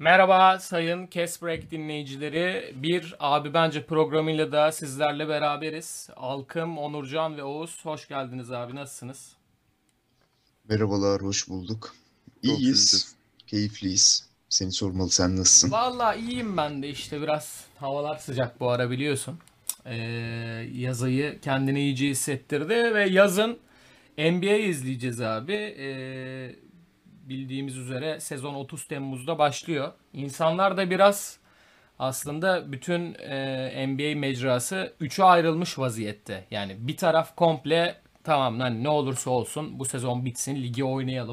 Merhaba sayın Cashbreak dinleyicileri. Bir Abi Bence programıyla da sizlerle beraberiz. Alkım, Onurcan ve Oğuz. Hoş geldiniz abi. Nasılsınız? Merhabalar, hoş bulduk. Çok İyiyiz, şükür. keyifliyiz. Seni sormalı, sen nasılsın? Vallahi iyiyim ben de işte biraz havalar sıcak bu ara biliyorsun. Ee, Yazayı kendini iyice hissettirdi ve yazın NBA izleyeceğiz abi. Bildiğimiz üzere sezon 30 Temmuz'da başlıyor. İnsanlar da biraz aslında bütün NBA mecrası üçe ayrılmış vaziyette. Yani bir taraf komple tamam lan ne olursa olsun bu sezon bitsin ligi oynayalım.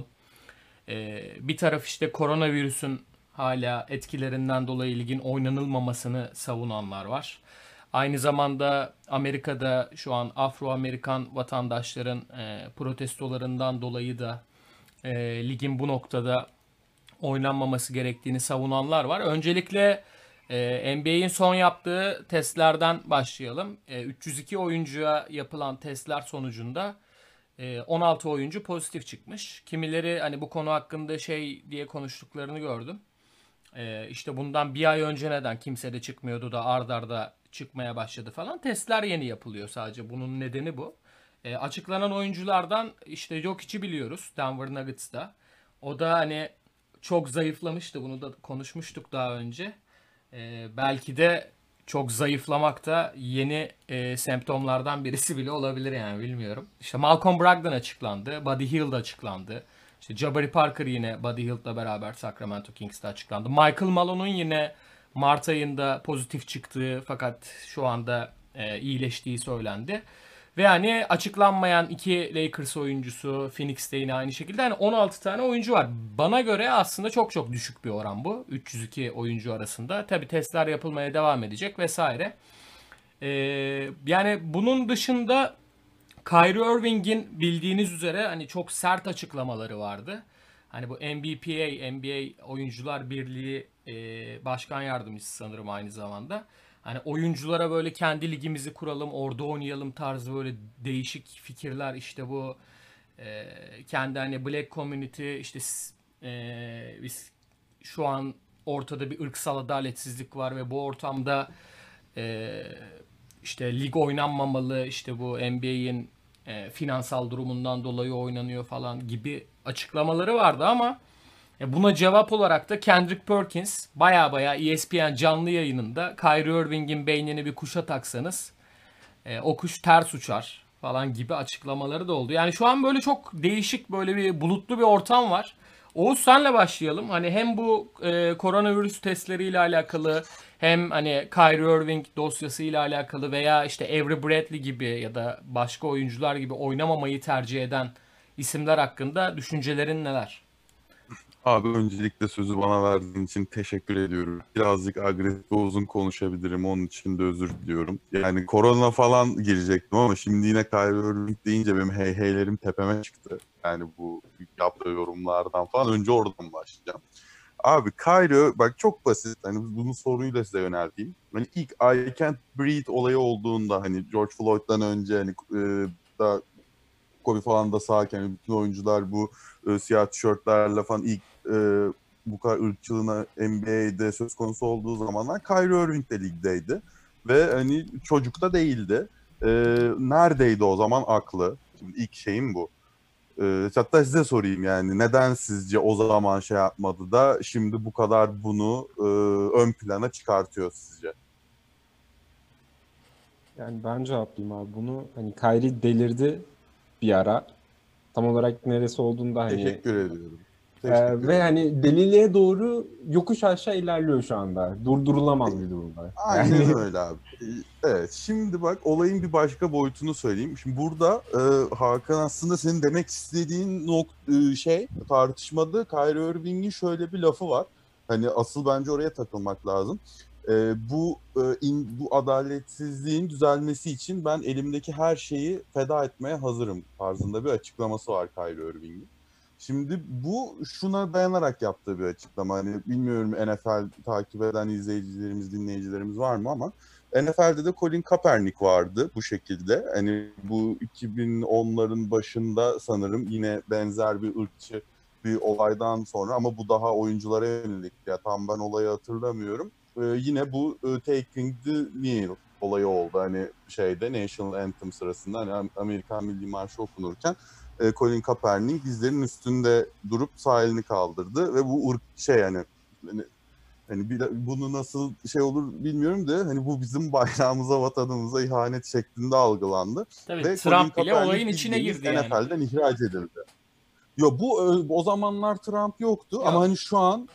Bir taraf işte koronavirüsün hala etkilerinden dolayı ligin oynanılmamasını savunanlar var. Aynı zamanda Amerika'da şu an Afro-Amerikan vatandaşların protestolarından dolayı da ligin bu noktada oynanmaması gerektiğini savunanlar var. Öncelikle NBA'in son yaptığı testlerden başlayalım. 302 oyuncuya yapılan testler sonucunda 16 oyuncu pozitif çıkmış. Kimileri hani bu konu hakkında şey diye konuştuklarını gördüm. İşte bundan bir ay önce neden kimse de çıkmıyordu da ard arda çıkmaya başladı falan. Testler yeni yapılıyor sadece. Bunun nedeni bu. Açıklanan oyunculardan işte Jokic'i biliyoruz Denver Nuggets'ta. O da hani çok zayıflamıştı. Bunu da konuşmuştuk daha önce. Belki de çok zayıflamak da yeni semptomlardan birisi bile olabilir yani bilmiyorum. İşte Malcolm Brogdon açıklandı. Buddy Hield açıklandı. İşte Jabari Parker yine Buddy Hield'la beraber Sacramento Kings'te açıklandı. Michael Malone'un yine Mart ayında pozitif çıktığı fakat şu anda iyileştiği söylendi. Ve hani açıklanmayan iki Lakers oyuncusu, Phoenix'te yine aynı şekilde hani 16 tane oyuncu var. Bana göre aslında çok çok düşük bir oran bu. 302 oyuncu arasında. Tabi testler yapılmaya devam edecek vesaire. Yani bunun dışında Kyrie Irving'in bildiğiniz üzere hani çok sert açıklamaları vardı. Hani bu NBPA, NBA Oyuncular Birliği Başkan Yardımcısı sanırım aynı zamanda. Hani oyunculara böyle kendi ligimizi kuralım, orada oynayalım tarzı böyle değişik fikirler işte bu kendi hani Black Community işte biz şu an ortada bir ırksal adaletsizlik var ve bu ortamda e, işte lig oynanmamalı işte bu NBA'in finansal durumundan dolayı oynanıyor falan gibi açıklamaları vardı ama buna cevap olarak da Kendrick Perkins baya ESPN canlı yayınında Kyrie Irving'in beynini bir kuşa taksanız o kuş ters uçar falan gibi açıklamaları da oldu. Yani şu an böyle çok değişik böyle bir bulutlu bir ortam var. Oğuz senle başlayalım. Hani hem bu koronavirüs testleriyle alakalı hem hani Kyrie Irving dosyasıyla alakalı veya işte Avery Bradley gibi ya da başka oyuncular gibi oynamamayı tercih eden isimler hakkında düşüncelerin neler? Abi öncelikle sözü bana verdiğin için teşekkür ediyorum. Birazcık agresif ve uzun konuşabilirim. Onun için de özür diliyorum. Yani korona falan girecektim ama şimdi yine Kyrie Irving deyince benim heyheylerim tepeme çıktı. Yani bu yaptığı yorumlardan falan. Önce oradan başlayacağım. Abi Kyrie bak çok basit. Hani bunun soruyla size yönelteyim. Hani ilk I Can't Breathe olayı olduğunda hani George Floyd'dan önce hani da Kobe falan da sağken hani bütün oyuncular bu siyah tişörtlerle falan ilk bu kadar ırkçılığına NBA'de söz konusu olduğu zamanlar Kyrie Irving de ligdeydi. Ve hani çocuk da değildi. E, Neredeydi o zaman aklı? Şimdi ilk şeyim bu. Hatta size sorayım yani neden sizce o zaman şey yapmadı da şimdi bu kadar bunu ön plana çıkartıyor sizce? Yani ben cevaplayayım abi bunu. Hani Kyrie delirdi bir ara. Tam olarak neresi olduğunda hani Teşekkür ediyorum. Teşekkür ve ediyorum. hani deliliğe doğru yokuş aşağı ilerliyor şu anda. Durdurulamaz bir durumda. Aynen Yani öyle abi. Evet, şimdi bak olayın bir başka boyutunu söyleyeyim. Şimdi burada Hakan aslında senin demek istediğin şey tartışmada Kyrie Irving'in şöyle bir lafı var. Hani asıl bence oraya takılmak lazım. Bu adaletsizliğin düzelmesi için ben elimdeki her şeyi feda etmeye hazırım tarzında bir açıklaması var Kyrie Irving'in. Şimdi bu şuna dayanarak yaptığı bir açıklama. Hani bilmiyorum NFL takip eden izleyicilerimiz, dinleyicilerimiz var mı ama NFL'de de Colin Kaepernick vardı bu şekilde. Hani bu 2010'ların başında sanırım yine benzer bir ırkçı bir olaydan sonra, ama bu daha oyunculara yönelik. Ya tam ben olayı hatırlamıyorum. Yine bu Taking the Kneel olayı oldu. Hani şeyde National Anthem sırasında, hani Amerikan Milli Marşı okunurken Colin Kaepernick dizlerinin üstünde durup sağ elini kaldırdı ve bu şey hani bunu nasıl şey olur bilmiyorum da hani bu bizim bayrağımıza, vatanımıza ihanet şeklinde algılandı. Tabii Ve Colin Trump bile Kaepernick olayın içine bildiğiniz girdi yani. NFL'den ihraç edildi. Yo, bu o zamanlar Trump yoktu ama Yok. hani şu an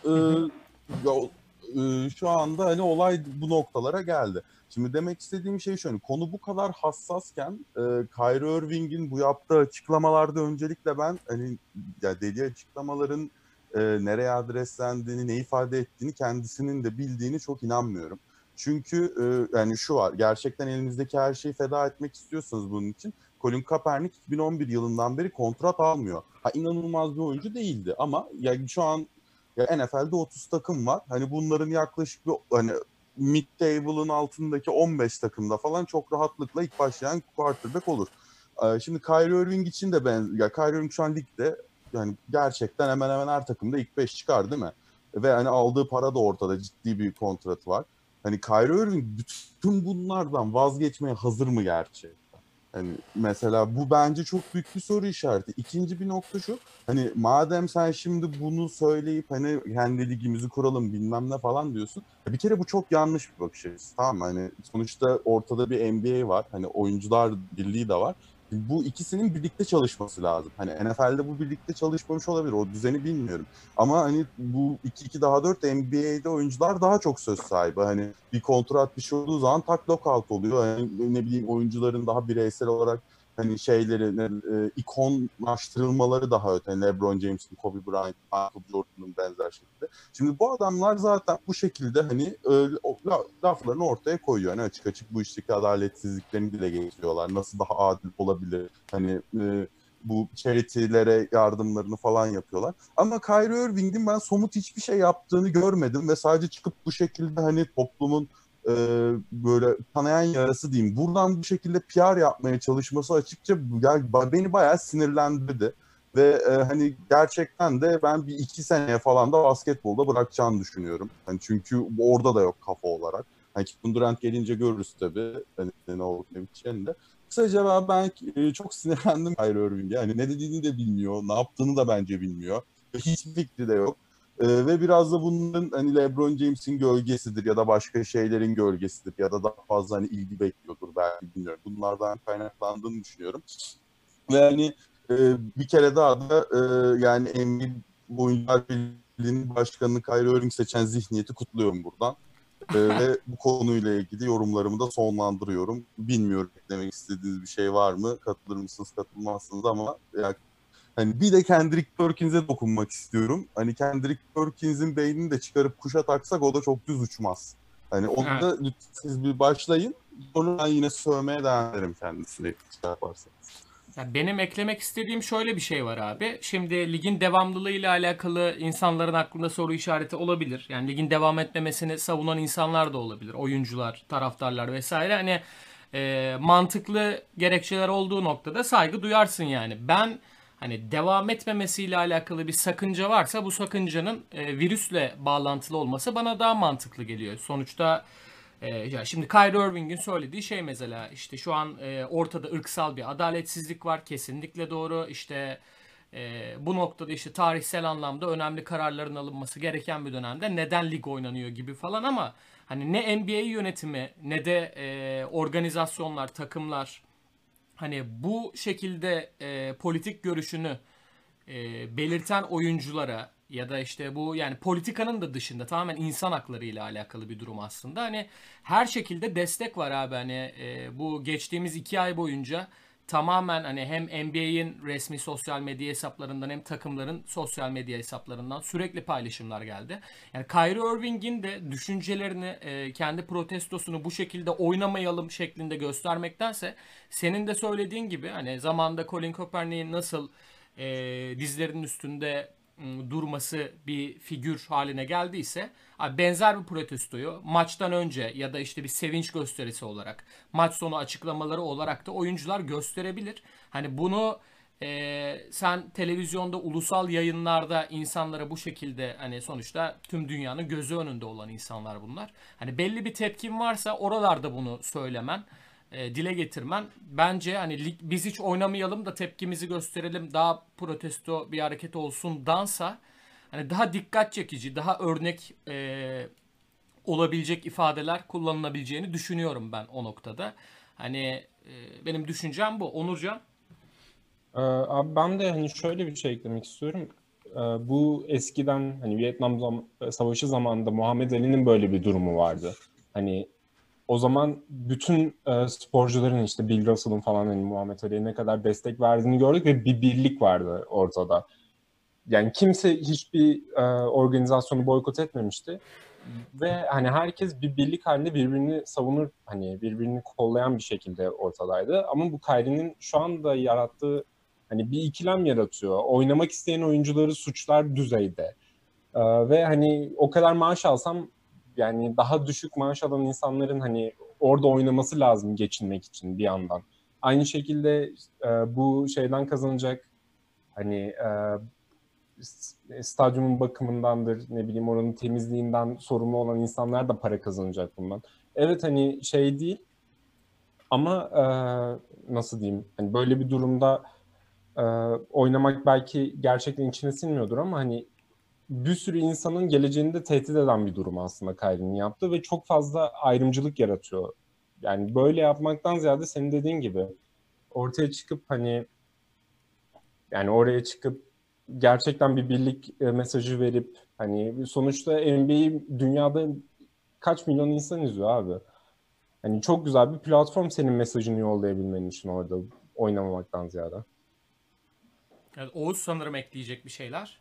şu anda hani olay bu noktalara geldi. Şimdi demek istediğim şey şu, hani konu bu kadar hassasken Kyrie Irving'in bu yaptığı açıklamalarda öncelikle ben hani ya deli açıklamaların nereye adreslendiğini, ne ifade ettiğini kendisinin de bildiğini çok inanmıyorum. Çünkü yani şu var, gerçekten elinizdeki her şeyi feda etmek istiyorsanız bunun için, Colin Kaepernick 2011 yılından beri kontrat almıyor. Ha, inanılmaz bir oyuncu değildi ama yani şu an ya NFL'de 30 takım var. Hani bunların yaklaşık bir hani mid table'ın altındaki 15 takımda falan çok rahatlıkla ilk başlayan quarterback olur. Şimdi Kyrie Irving için de ya Kyrie Irving şu an ligde yani gerçekten hemen hemen her takımda ilk 5 çıkar değil mi? Ve hani aldığı para da ortada, ciddi bir kontratı var. Hani Kyrie Irving bütün bunlardan vazgeçmeye hazır mı gerçekten? Hani mesela bu bence çok büyük bir soru işareti. İkinci bir nokta şu. Hani madem sen şimdi bunu söyleyip hani kendi ligimizi kuralım bilmem ne falan diyorsun. Bir kere bu çok yanlış bir bakış açısı. Tamam mı? Hani sonuçta ortada bir NBA var. Hani oyuncular birliği de var. Bu ikisinin birlikte çalışması lazım. Hani NFL'de bu birlikte çalışmamış olabilir. O düzeni bilmiyorum. Ama hani bu 2-2 daha 4 NBA'de oyuncular daha çok söz sahibi. Hani bir kontrat bir şey olduğu zaman tak lockout oluyor. Yani ne bileyim, oyuncuların daha bireysel olarak hani şeyleri ikonlaştırılmaları daha öte. Yani LeBron James'in, Kobe Bryant, Michael Jordan'ın benzer şekilde. Şimdi bu adamlar zaten bu şekilde hani laflarını ortaya koyuyor. Hani açık açık bu işteki adaletsizliklerini dile getiriyorlar. Nasıl daha adil olabilir? Hani bu charity'lere yardımlarını falan yapıyorlar. Ama Kyrie Irving'in ben somut hiçbir şey yaptığını görmedim ve sadece çıkıp bu şekilde hani toplumun böyle kanayan yarası diyeyim, buradan bu şekilde PR yapmaya çalışması açıkça yani beni bayağı sinirlendirdi. Ve hani gerçekten de ben bir 2 seneye falan da basketbolda bırakacağını düşünüyorum. Hani çünkü orada da yok kafa olarak. Hani Kevin Durant gelince görürüz tabii. Hani ne olup ne biteceğini de. Kısaca ben çok sinirlendim Kyrie Irving'e. Hani ne dediğini de bilmiyor, ne yaptığını da bence bilmiyor. Hiçbir fikri de yok. Ve biraz da bunun hani LeBron James'in gölgesidir ya da başka şeylerin gölgesidir ya da daha fazla hani ilgi bekliyordur belki, bilmiyorum. Bunlardan kaynaklandığını düşünüyorum. Ve hani bir kere daha da yani NBA Oyuncular Birliği'nin başkanını Kyrie Irving seçen zihniyeti kutluyorum buradan. Ve bu konuyla ilgili yorumlarımı da sonlandırıyorum. Bilmiyorum, eklemek istediğiniz bir şey var mı? Katılır mısınız, katılmazsınız ama yani hani bir de Kendrick Perkins'e dokunmak istiyorum. Hani Kendrick Perkins'in beynini de çıkarıp kuşa taksak o da çok düz uçmaz. Hani onu Evet. da lütfen siz bir başlayın. Sonra ben yine sövmeye devam ederim kendisine şey yaparsanız. Ya benim eklemek istediğim şöyle bir şey var abi. Şimdi ligin devamlılığıyla alakalı insanların aklında soru işareti olabilir. Yani ligin devam etmemesini savunan insanlar da olabilir. Oyuncular, taraftarlar vesaire. Hani mantıklı gerekçeler olduğu noktada saygı duyarsın yani. Ben hani devam etmemesiyle alakalı bir sakınca varsa bu sakıncanın virüsle bağlantılı olması bana daha mantıklı geliyor. Sonuçta ya şimdi Kyrie Irving'in söylediği şey mesela işte şu an ortada ırksal bir adaletsizlik var, kesinlikle doğru. İşte bu noktada işte tarihsel anlamda önemli kararların alınması gereken bir dönemde neden lig oynanıyor gibi falan, ama hani ne NBA yönetimi ne de organizasyonlar, takımlar hani bu şekilde politik görüşünü belirten oyunculara ya da işte bu yani politikanın da dışında tamamen insan hakları ile alakalı bir durum aslında. Hani her şekilde destek var abi, hani bu geçtiğimiz 2 ay boyunca tamamen hani hem NBA'in resmi sosyal medya hesaplarından hem takımların sosyal medya hesaplarından sürekli paylaşımlar geldi. Yani Kyrie Irving'in de düşüncelerini, kendi protestosunu bu şekilde oynamayalım şeklinde göstermektense senin de söylediğin gibi hani zamanda Colin Kaepernick'in nasıl dizlerinin üstünde durması bir figür haline geldiyse abi benzer bir protestoyu maçtan önce ya da işte bir sevinç gösterisi olarak maç sonu açıklamaları olarak da oyuncular gösterebilir. Hani bunu sen televizyonda, ulusal yayınlarda insanlara bu şekilde, hani sonuçta tüm dünyanın gözü önünde olan insanlar bunlar. Hani belli bir tepkin varsa oralarda bunu söylemen, dile getirmen bence hani biz hiç oynamayalım da tepkimizi gösterelim, daha protesto bir hareket olsun dansa hani daha dikkat çekici, daha örnek olabilecek ifadeler kullanılabileceğini düşünüyorum ben o noktada. Hani benim düşüncem bu. Onurcan? Abi ben de hani şöyle bir şey eklemek istiyorum. Bu eskiden hani Savaşı zamanında Muhammed Ali'nin böyle bir durumu vardı. Hani o zaman bütün sporcuların işte Bill Russell'ın falan hani Muhammed Ali'ye ne kadar destek verdiğini gördük ve bir birlik vardı ortada. Yani kimse hiçbir organizasyonu boykot etmemişti. Ve hani herkes bir birlik halinde birbirini savunur, hani birbirini kollayan bir şekilde ortadaydı. Ama bu Kyrie'nin şu anda yarattığı hani bir ikilem yaratıyor. Oynamak isteyen oyuncuları suçlar düzeyde. Ve hani o kadar maaş alsam yani daha düşük maaş alan insanların hani orada oynaması lazım geçinmek için bir yandan. Aynı şekilde bu şeyden kazanacak hani stadyumun bakımındandır, ne bileyim oranın temizliğinden sorumlu olan insanlar da para kazanacak bundan. Evet hani şey değil ama nasıl diyeyim, hani böyle bir durumda e, oynamak belki gerçekten içine sinmiyordur ama hani bir sürü insanın geleceğini de tehdit eden bir durum aslında Kyrie'nin yaptığı ve çok fazla ayrımcılık yaratıyor. Yani böyle yapmaktan ziyade senin dediğin gibi ortaya çıkıp hani yani oraya çıkıp gerçekten bir birlik mesajı verip hani sonuçta NBA'yi dünyada kaç milyon insan izliyor abi. Hani çok güzel bir platform senin mesajını yollayabilmen için orada oynamamaktan ziyade. Evet, Oğuz sanırım ekleyecek bir şeyler.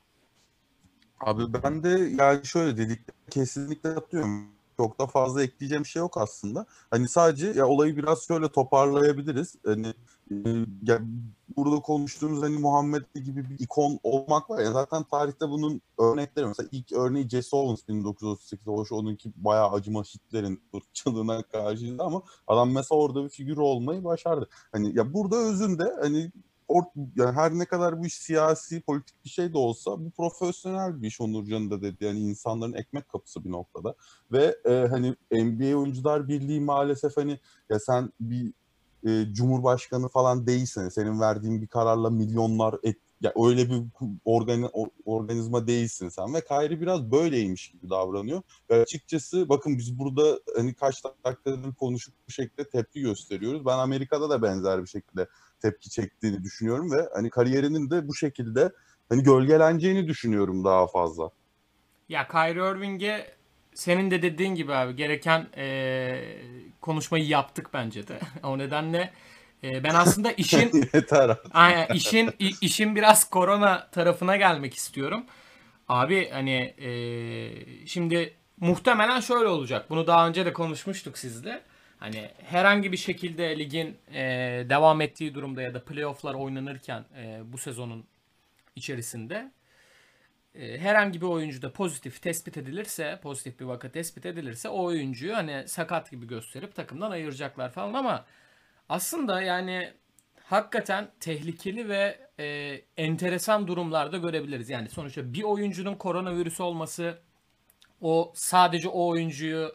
Abi ben de yani şöyle dedik, kesinlikle atıyorum. Çok da fazla ekleyeceğim şey yok aslında. Hani sadece ya olayı biraz şöyle toparlayabiliriz. Hani ya burada konuştuğumuz hani Muhammed gibi bir ikon olmak var ya, zaten tarihte bunun örnekleri, mesela ilk örneği Jesse Owens 1938'de, hoş onunki bayağı acıma Hitler'in ırkçılığına karşıydı ama adam mesela orada bir figür olmayı başardı. Hani ya burada özünde hani yani her ne kadar bu iş siyasi, politik bir şey de olsa bu profesyonel bir iş, Onurcan'ın da dedi. Yani insanların ekmek kapısı bir noktada. Ve hani NBA Oyuncular Birliği maalesef hani ya sen bir cumhurbaşkanı falan değilsin. Senin verdiğin bir kararla milyonlar ya öyle bir organizma değilsin sen, ve Kyrie biraz böyleymiş gibi davranıyor. Ve açıkçası bakın biz burada hani kaç dakikadır konuşup bu şekilde tepki gösteriyoruz. Ben Amerika'da da benzer bir şekilde tepki çektiğini düşünüyorum ve hani kariyerinin de bu şekilde hani gölgeleneceğini düşünüyorum daha fazla. Ya Kyrie Irving'e senin de dediğin gibi abi gereken konuşmayı yaptık bence de. O nedenle ben aslında Yeter artık. aynen, işin biraz korona tarafına gelmek istiyorum. Abi hani şimdi muhtemelen şöyle olacak. Bunu daha önce de konuşmuştuk sizle. Hani herhangi bir şekilde ligin devam ettiği durumda ya da playofflar oynanırken bu sezonun içerisinde herhangi bir oyuncuda pozitif tespit edilirse, pozitif bir vaka tespit edilirse o oyuncuyu hani sakat gibi gösterip takımdan ayıracaklar falan ama aslında yani hakikaten tehlikeli ve enteresan durumlarda görebiliriz. Yani sonuçta bir oyuncunun koronavirüs olması o sadece o oyuncuyu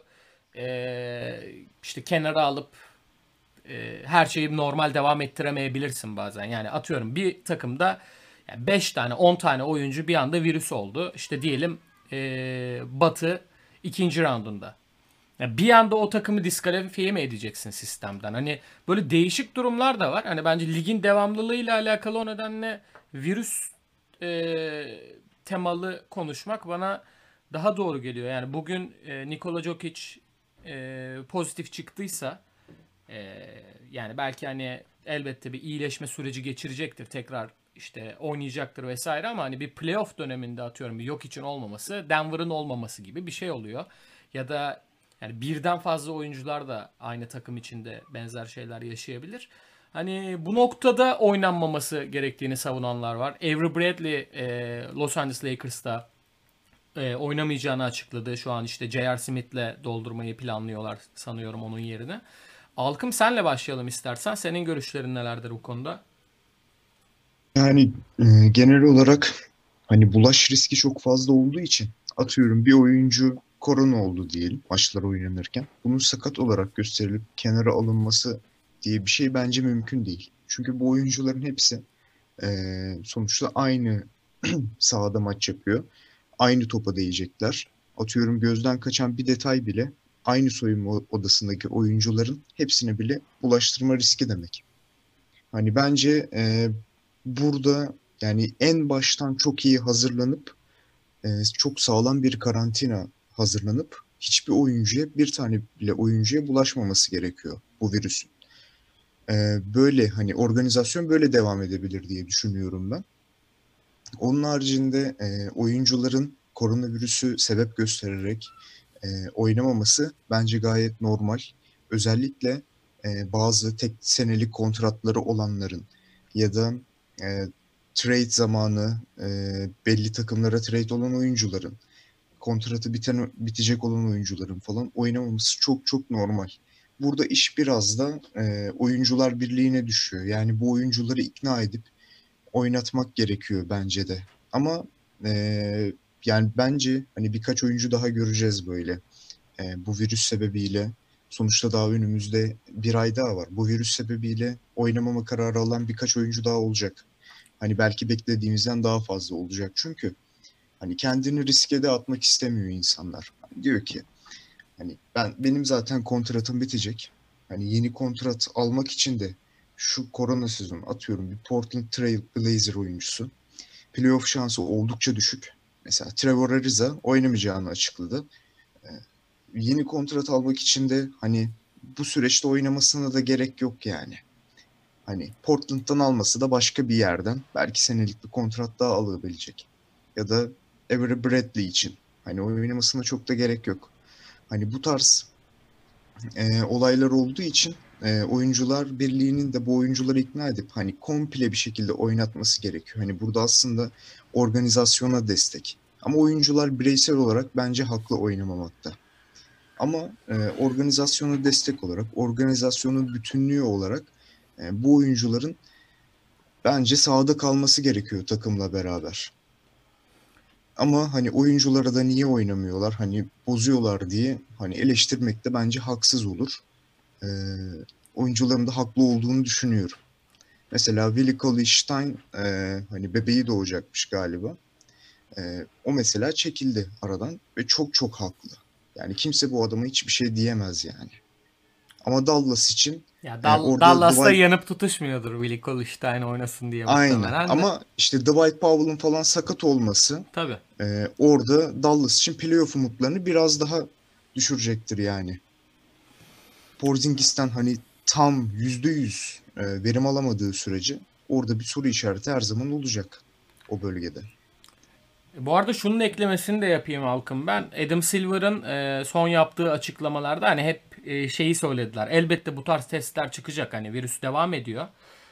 işte kenara alıp her şeyi normal devam ettiremeyebilirsin bazen. Yani atıyorum bir takımda 5 tane 10 tane oyuncu bir anda virüs oldu. İşte diyelim Batı ikinci roundunda. Yani bir anda o takımı diskalifiye mi edeceksin sistemden? Hani böyle değişik durumlar da var. Hani bence ligin devamlılığıyla alakalı o nedenle virüs temalı konuşmak bana daha doğru geliyor. Yani bugün Nikola Jokic pozitif çıktıysa yani belki hani elbette bir iyileşme süreci geçirecektir. Tekrar işte oynayacaktır vesaire ama hani bir playoff döneminde atıyorum bir yok için olmaması, Denver'ın olmaması gibi bir şey oluyor. Ya da yani birden fazla oyuncular da aynı takım içinde benzer şeyler yaşayabilir. Hani bu noktada oynanmaması gerektiğini savunanlar var. Avery Bradley Los Angeles Lakers'ta oynamayacağını açıkladı. Şu an işte J.R. Smith'le doldurmayı planlıyorlar sanıyorum onun yerine. Alkım senle başlayalım istersen. Senin görüşlerin nelerdir bu konuda? Yani genel olarak hani bulaş riski çok fazla olduğu için atıyorum bir oyuncu korona oldu diyelim maçlar oynanırken. Bunun sakat olarak gösterilip kenara alınması diye bir şey bence mümkün değil. Çünkü bu oyuncuların hepsi sonuçta aynı sahada maç yapıyor. Aynı topa değecekler. Atıyorum gözden kaçan bir detay bile aynı soyunma odasındaki oyuncuların hepsine bile bulaştırma riski demek. Hani bence burada yani en baştan çok iyi hazırlanıp çok sağlam bir karantina hazırlanıp hiçbir oyuncuya bir tane bile oyuncuya bulaşmaması gerekiyor bu virüsün. Böyle hani organizasyon böyle devam edebilir diye düşünüyorum ben. Onun haricinde oyuncuların koronavirüsü sebep göstererek oynamaması bence gayet normal. Özellikle bazı tek senelik kontratları olanların ya da e, trade zamanı belli takımlara trade olan oyuncuların, kontratı bitecek olan oyuncuların falan oynamaması çok çok normal. Burada iş biraz da oyuncular birliğine düşüyor. Yani bu oyuncuları ikna edip oynatmak gerekiyor bence de. Ama yani bence hani birkaç oyuncu daha göreceğiz böyle. Bu virüs sebebiyle sonuçta daha önümüzde bir ay daha var. Bu virüs sebebiyle oynamama kararı alan birkaç oyuncu daha olacak. Hani belki beklediğimizden daha fazla olacak. Çünkü hani kendini riske de atmak istemiyor insanlar. Hani diyor ki hani benim zaten kontratım bitecek. Hani yeni kontrat almak için de şu korona sezonu atıyorum bir Portland Trail Blazer oyuncusu. Playoff şansı oldukça düşük. Mesela Trevor Ariza oynamayacağını açıkladı. Ee, Yeni kontrat almak için de hani bu süreçte oynamasına da gerek yok yani. Hani Portland'dan alması da başka bir yerden belki senelik bir kontrat daha alabilecek. Ya da Avery Bradley için. Hani oynamasına çok da gerek yok. Hani bu tarz olaylar olduğu için oyuncular birliğinin de bu oyuncuları ikna edip hani komple bir şekilde oynatması gerekiyor. Hani burada aslında organizasyona destek. Ama oyuncular bireysel olarak bence haklı oynamamakta. Ama organizasyona destek olarak, organizasyonun bütünlüğü olarak bu oyuncuların bence sahada kalması gerekiyor takımla beraber. Ama hani oyunculara da niye oynamıyorlar, hani bozuyorlar diye hani eleştirmek de bence haksız olur. e, Oyuncuların da haklı olduğunu düşünüyorum. Mesela Willi Cauley-Stein hani bebeği doğacakmış galiba. O mesela çekildi aradan ve çok çok haklı. Yani kimse bu adama hiçbir şey diyemez yani. Ama Dallas için Ya orada Dallas'ta Dwight yanıp tutuşmuyordur Willi Cauley-Stein oynasın diye aynen muhtemelen de. ama işte Dwight Powell'ın falan sakat olması Tabii. orada Dallas için playoff umutlarını biraz daha düşürecektir yani. Porzingis'ten hani tam %100 verim alamadığı sürece orada bir soru işareti her zaman olacak o bölgede. Bu arada şunun eklemesini de yapayım Halkım ben. Adam Silver'ın son yaptığı açıklamalarda hani hep şeyi söylediler. Elbette bu tarz testler çıkacak. Hani virüs devam ediyor.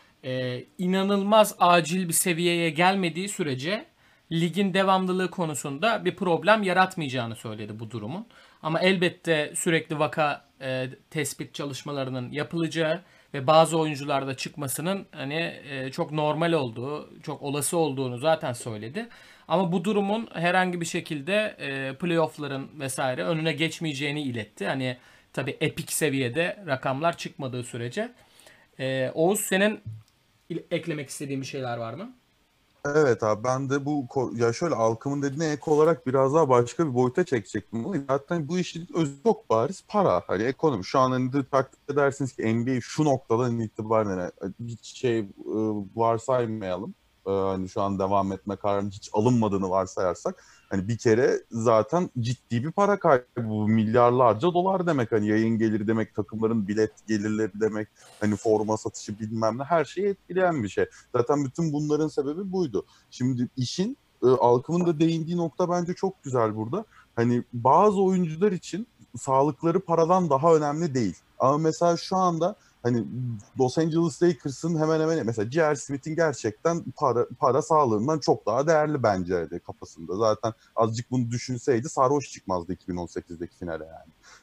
İnanılmaz acil bir seviyeye gelmediği sürece ligin devamlılığı konusunda bir problem yaratmayacağını söyledi bu durumun. Ama elbette sürekli vaka tespit çalışmalarının yapılacağı ve bazı oyuncularda çıkmasının hani çok normal olduğu, çok olası olduğunu zaten söyledi. Ama bu durumun herhangi bir şekilde playoff'ların vesaire önüne geçmeyeceğini iletti. Hani tabii epik seviyede rakamlar çıkmadığı sürece. Oğuz senin eklemek istediğin bir şeyler var mı? Evet abi, ben de ya şöyle Alkım'ın dediğine ek olarak biraz daha başka bir boyuta çekecektim bunu. Zaten bu işin özü çok bariz para. Hani ekonomi. Şu an hani de takdir edersiniz ki NBA şu noktadan itibaren hiç varsaymayalım. Hani şu an devam etme kararının hiç alınmadığını varsayarsak hani bir kere zaten ciddi bir para kaybı, bu milyarlarca dolar demek, hani yayın geliri demek, takımların bilet gelirleri demek, hani forma satışı bilmem ne, her şeyi etkileyen bir şey. Zaten bütün bunların sebebi buydu. Şimdi işin Alkım'ın da değindiği nokta bence çok güzel burada. Hani bazı oyuncular için sağlıkları paradan daha önemli değil. Ama mesela şu anda hani Los Angeles Lakers'ın hemen hemen mesela J.R. Smith'in gerçekten para sağlığından çok daha değerli bence de kafasında. Zaten azıcık bunu düşünseydi sarhoş çıkmazdı 2018'deki finale yani.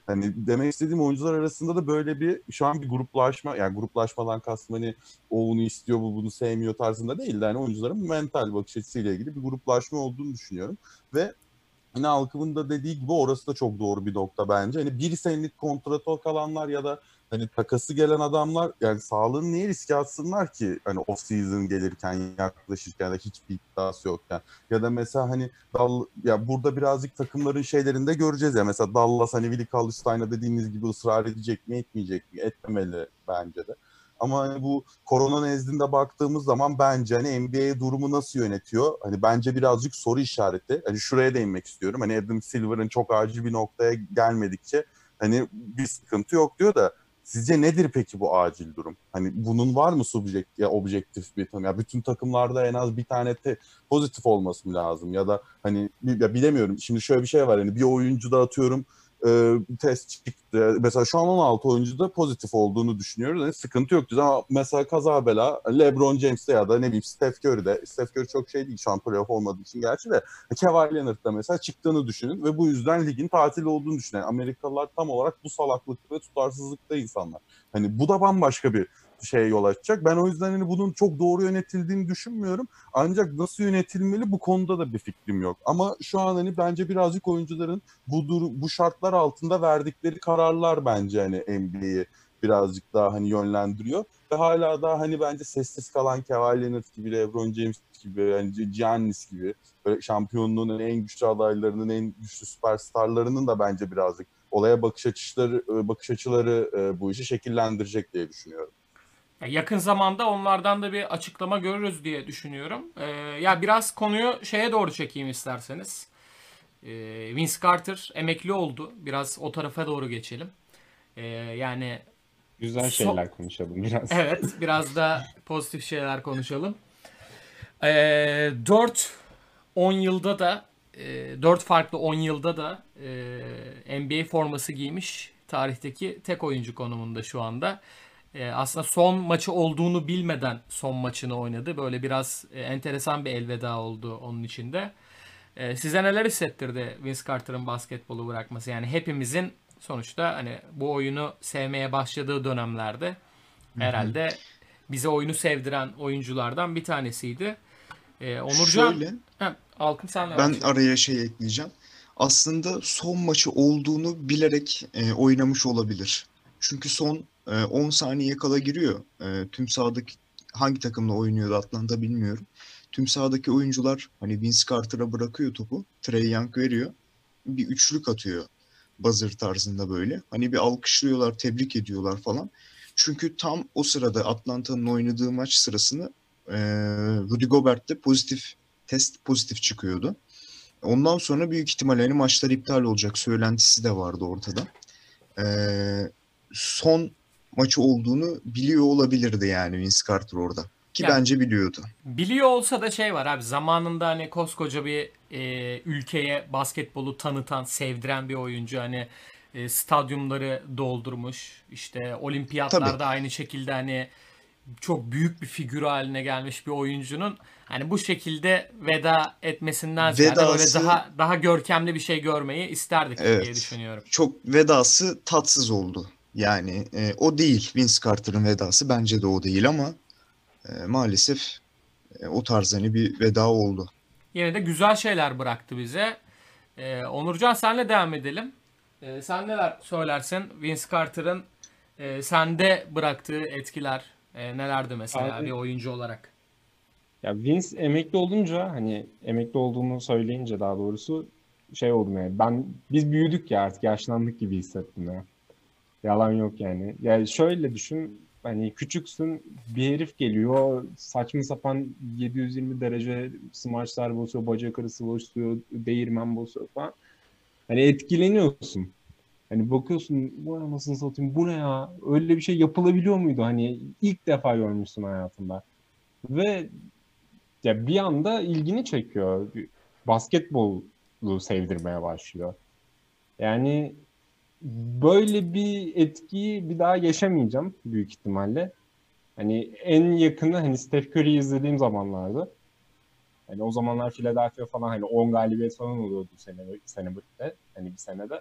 Hani demek istediğim oyuncular arasında da böyle bir şu an bir gruplaşma, yani gruplaşmadan kastım hani o bunu istiyor, bu bunu sevmiyor tarzında değil de hani oyuncuların mental bakış açısıyla ilgili bir gruplaşma olduğunu düşünüyorum. Ve yine Halkım'ın da dediği gibi orası da çok doğru bir nokta bence. Hani bir senelik kontratı kalanlar ya da hani takası gelen adamlar yani sağlığını niye riske atsınlar ki hani off season gelirken, yaklaşırken de hiçbir iddiası yokken. Ya da mesela hani ya burada birazcık takımların şeylerinde göreceğiz ya, mesela Dallas hani Willie Cauley-Stein'a dediğiniz gibi ısrar edecek mi etmeyecek mi, etmemeli bence de. Ama hani bu korona nezdinde baktığımız zaman bence hani NBA durumu nasıl yönetiyor? Hani bence birazcık soru işareti. Hani şuraya değinmek istiyorum. Hani Adam Silver'ın çok acil bir noktaya gelmedikçe hani bir sıkıntı yok diyor da sizce nedir peki bu acil durum? Hani bunun var mı objektif bir tanım? Ya bütün takımlarda en az bir tane pozitif olması mı lazım? Ya da hani ya bilemiyorum. Şimdi şöyle bir şey var. Hani bir oyuncu da atıyorum test çıktı. Mesela şu an 16 oyuncuda pozitif olduğunu düşünüyoruz. Yani sıkıntı yok diyoruz ama mesela kaza bela LeBron James'te ya da ne bileyim Steph Curry'de. Steph Curry çok şey değil şu an playoff olmadığı için gerçi de. Kawhi Leonard'da mesela çıktığını düşünün ve bu yüzden ligin tatil olduğunu düşünün. Amerikalılar tam olarak bu salaklıkta ve tutarsızlıkta insanlar. Hani bu da bambaşka bir şeye yol açacak. Ben o yüzden hani bunun çok doğru yönetildiğini düşünmüyorum. Ancak nasıl yönetilmeli bu konuda da bir fikrim yok. Ama şu an hani bence birazcık oyuncuların bu şartlar altında verdikleri kararlar bence hani NBA'yi birazcık daha hani yönlendiriyor. Ve hala daha hani bence sessiz kalan Kawhi Leonard gibi, LeBron James gibi, yani Giannis gibi böyle şampiyonluğun en güçlü adaylarının, en güçlü süperstarlarının da bence birazcık olaya bakış açıları bu işi şekillendirecek diye düşünüyorum. Yakın zamanda onlardan da bir açıklama görürüz diye düşünüyorum. Ya biraz konuyu şeye doğru çekeyim isterseniz. Vince Carter emekli oldu. Biraz o tarafa doğru geçelim. Yani Güzel şeyler konuşalım biraz. evet, biraz da pozitif şeyler konuşalım. 4 yılda da 4 farklı 10 yılda da NBA forması giymiş tarihteki tek oyuncu konumunda şu anda. Aslında son maçı olduğunu bilmeden son maçını oynadı. Böyle biraz enteresan bir elveda oldu onun içinde. Size neler hissettirdi Vince Carter'ın basketbolu bırakması? Yani hepimizin sonuçta hani bu oyunu sevmeye başladığı dönemlerde herhalde bize oyunu sevdiren oyunculardan bir tanesiydi. Onurcan, Şöyle, Alkım senle ben başlayalım. araya şey ekleyeceğim. Aslında son maçı olduğunu bilerek oynamış olabilir. Çünkü son 10 saniye kala giriyor. Tüm sahadaki hangi takımla oynuyordu Atlanta bilmiyorum. Tüm sahadaki oyuncular hani Vince Carter'a bırakıyor topu. Trae Young veriyor. Bir üçlük atıyor. Buzzer tarzında böyle. Hani bir alkışlıyorlar, tebrik ediyorlar falan. Çünkü tam o sırada Atlanta'nın oynadığı maç sırasında e, Rudy Gobert de test pozitif çıkıyordu. Ondan sonra büyük ihtimalle hani maçlar iptal olacak söylentisi de vardı ortada. Son maçı olduğunu biliyor olabilirdi yani Vince Carter orada. Ki Ya bence biliyordu. biliyor olsa da şey var abi, zamanında hani koskoca bir ülkeye basketbolu tanıtan, sevdiren bir oyuncu, hani stadyumları doldurmuş. İşte Tabii. olimpiyatlarda aynı şekilde hani çok büyük bir figür haline gelmiş bir oyuncunun hani bu şekilde veda etmesinden ziyade böyle Vedası, daha görkemli bir şey görmeyi isterdik diye evet, düşünüyorum. çok vedası tatsız oldu. Yani o değil Vince Carter'ın vedası, bence de o değil ama maalesef o tarz hani bir veda oldu. Yine de güzel şeyler bıraktı bize. Onurcan, senle devam edelim. Sen neler söylersin? Vince Carter'ın sende bıraktığı etkiler nelerdi mesela bir Abi, oyuncu olarak? ya Vince emekli olunca hani emekli olduğunu söyleyince daha doğrusu şey oldum yani biz büyüdük ya artık yaşlandık gibi hissettim ya. Yalan yok yani. Yani şöyle düşün, hani küçüksün, bir herif geliyor saçma sapan 720 derece smaçlar basıyor, bacak arası basıyor, değirmen basıyor falan. Hani etkileniyorsun. Hani bakıyorsun, bu anasını satayım, bu ne ya? Öyle bir şey yapılabiliyor muydu? Hani ilk defa görmüşsün hayatında. Ve ya bir anda ilgini çekiyor. Basketbolu sevdirmeye başlıyor. Yani böyle bir etkiyi bir daha yaşamayacağım büyük ihtimalle. Hani en yakını hani Steph Curry'yi izlediğim zamanlarda. Hani o zamanlar Philadelphia falan hani 10 galibiyet falan oluyordu sene, sene birlikte. Hani bir senede.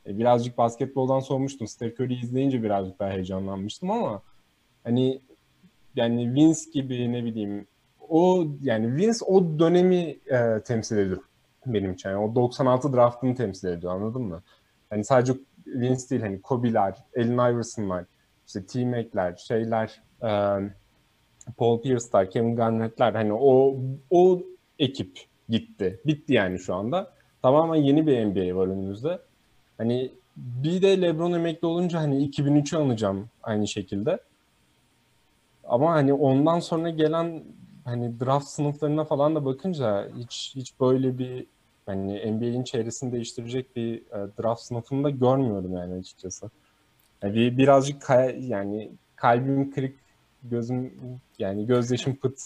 Birazcık basketboldan soğumuştum. Steph Curry'i izleyince birazcık daha heyecanlanmıştım ama hani yani Vince gibi ne bileyim yani Vince o dönemi temsil ediyor benim için. Yani o 96 draftını temsil ediyor, anladın mı? Hani sadece Vince değil, hani Kobe'ler, Allen Iverson'lar, işte T-Mac'ler, Paul Pierce'lar, Kevin Garnett'ler, hani o ekip gitti. Bitti yani şu anda. Tamamen yeni bir NBA var önümüzde. Hani bir de LeBron emekli olunca hani 2003'ü anacağım aynı şekilde. Ama hani ondan sonra gelen hani draft sınıflarına falan da bakınca hiç böyle bir hani NBA'in çevresini değiştirecek bir draft sınıfını da görmüyorum yani açıkçası. Yani birazcık yani kalbim kırık, gözüm yani gözyaşım pıt.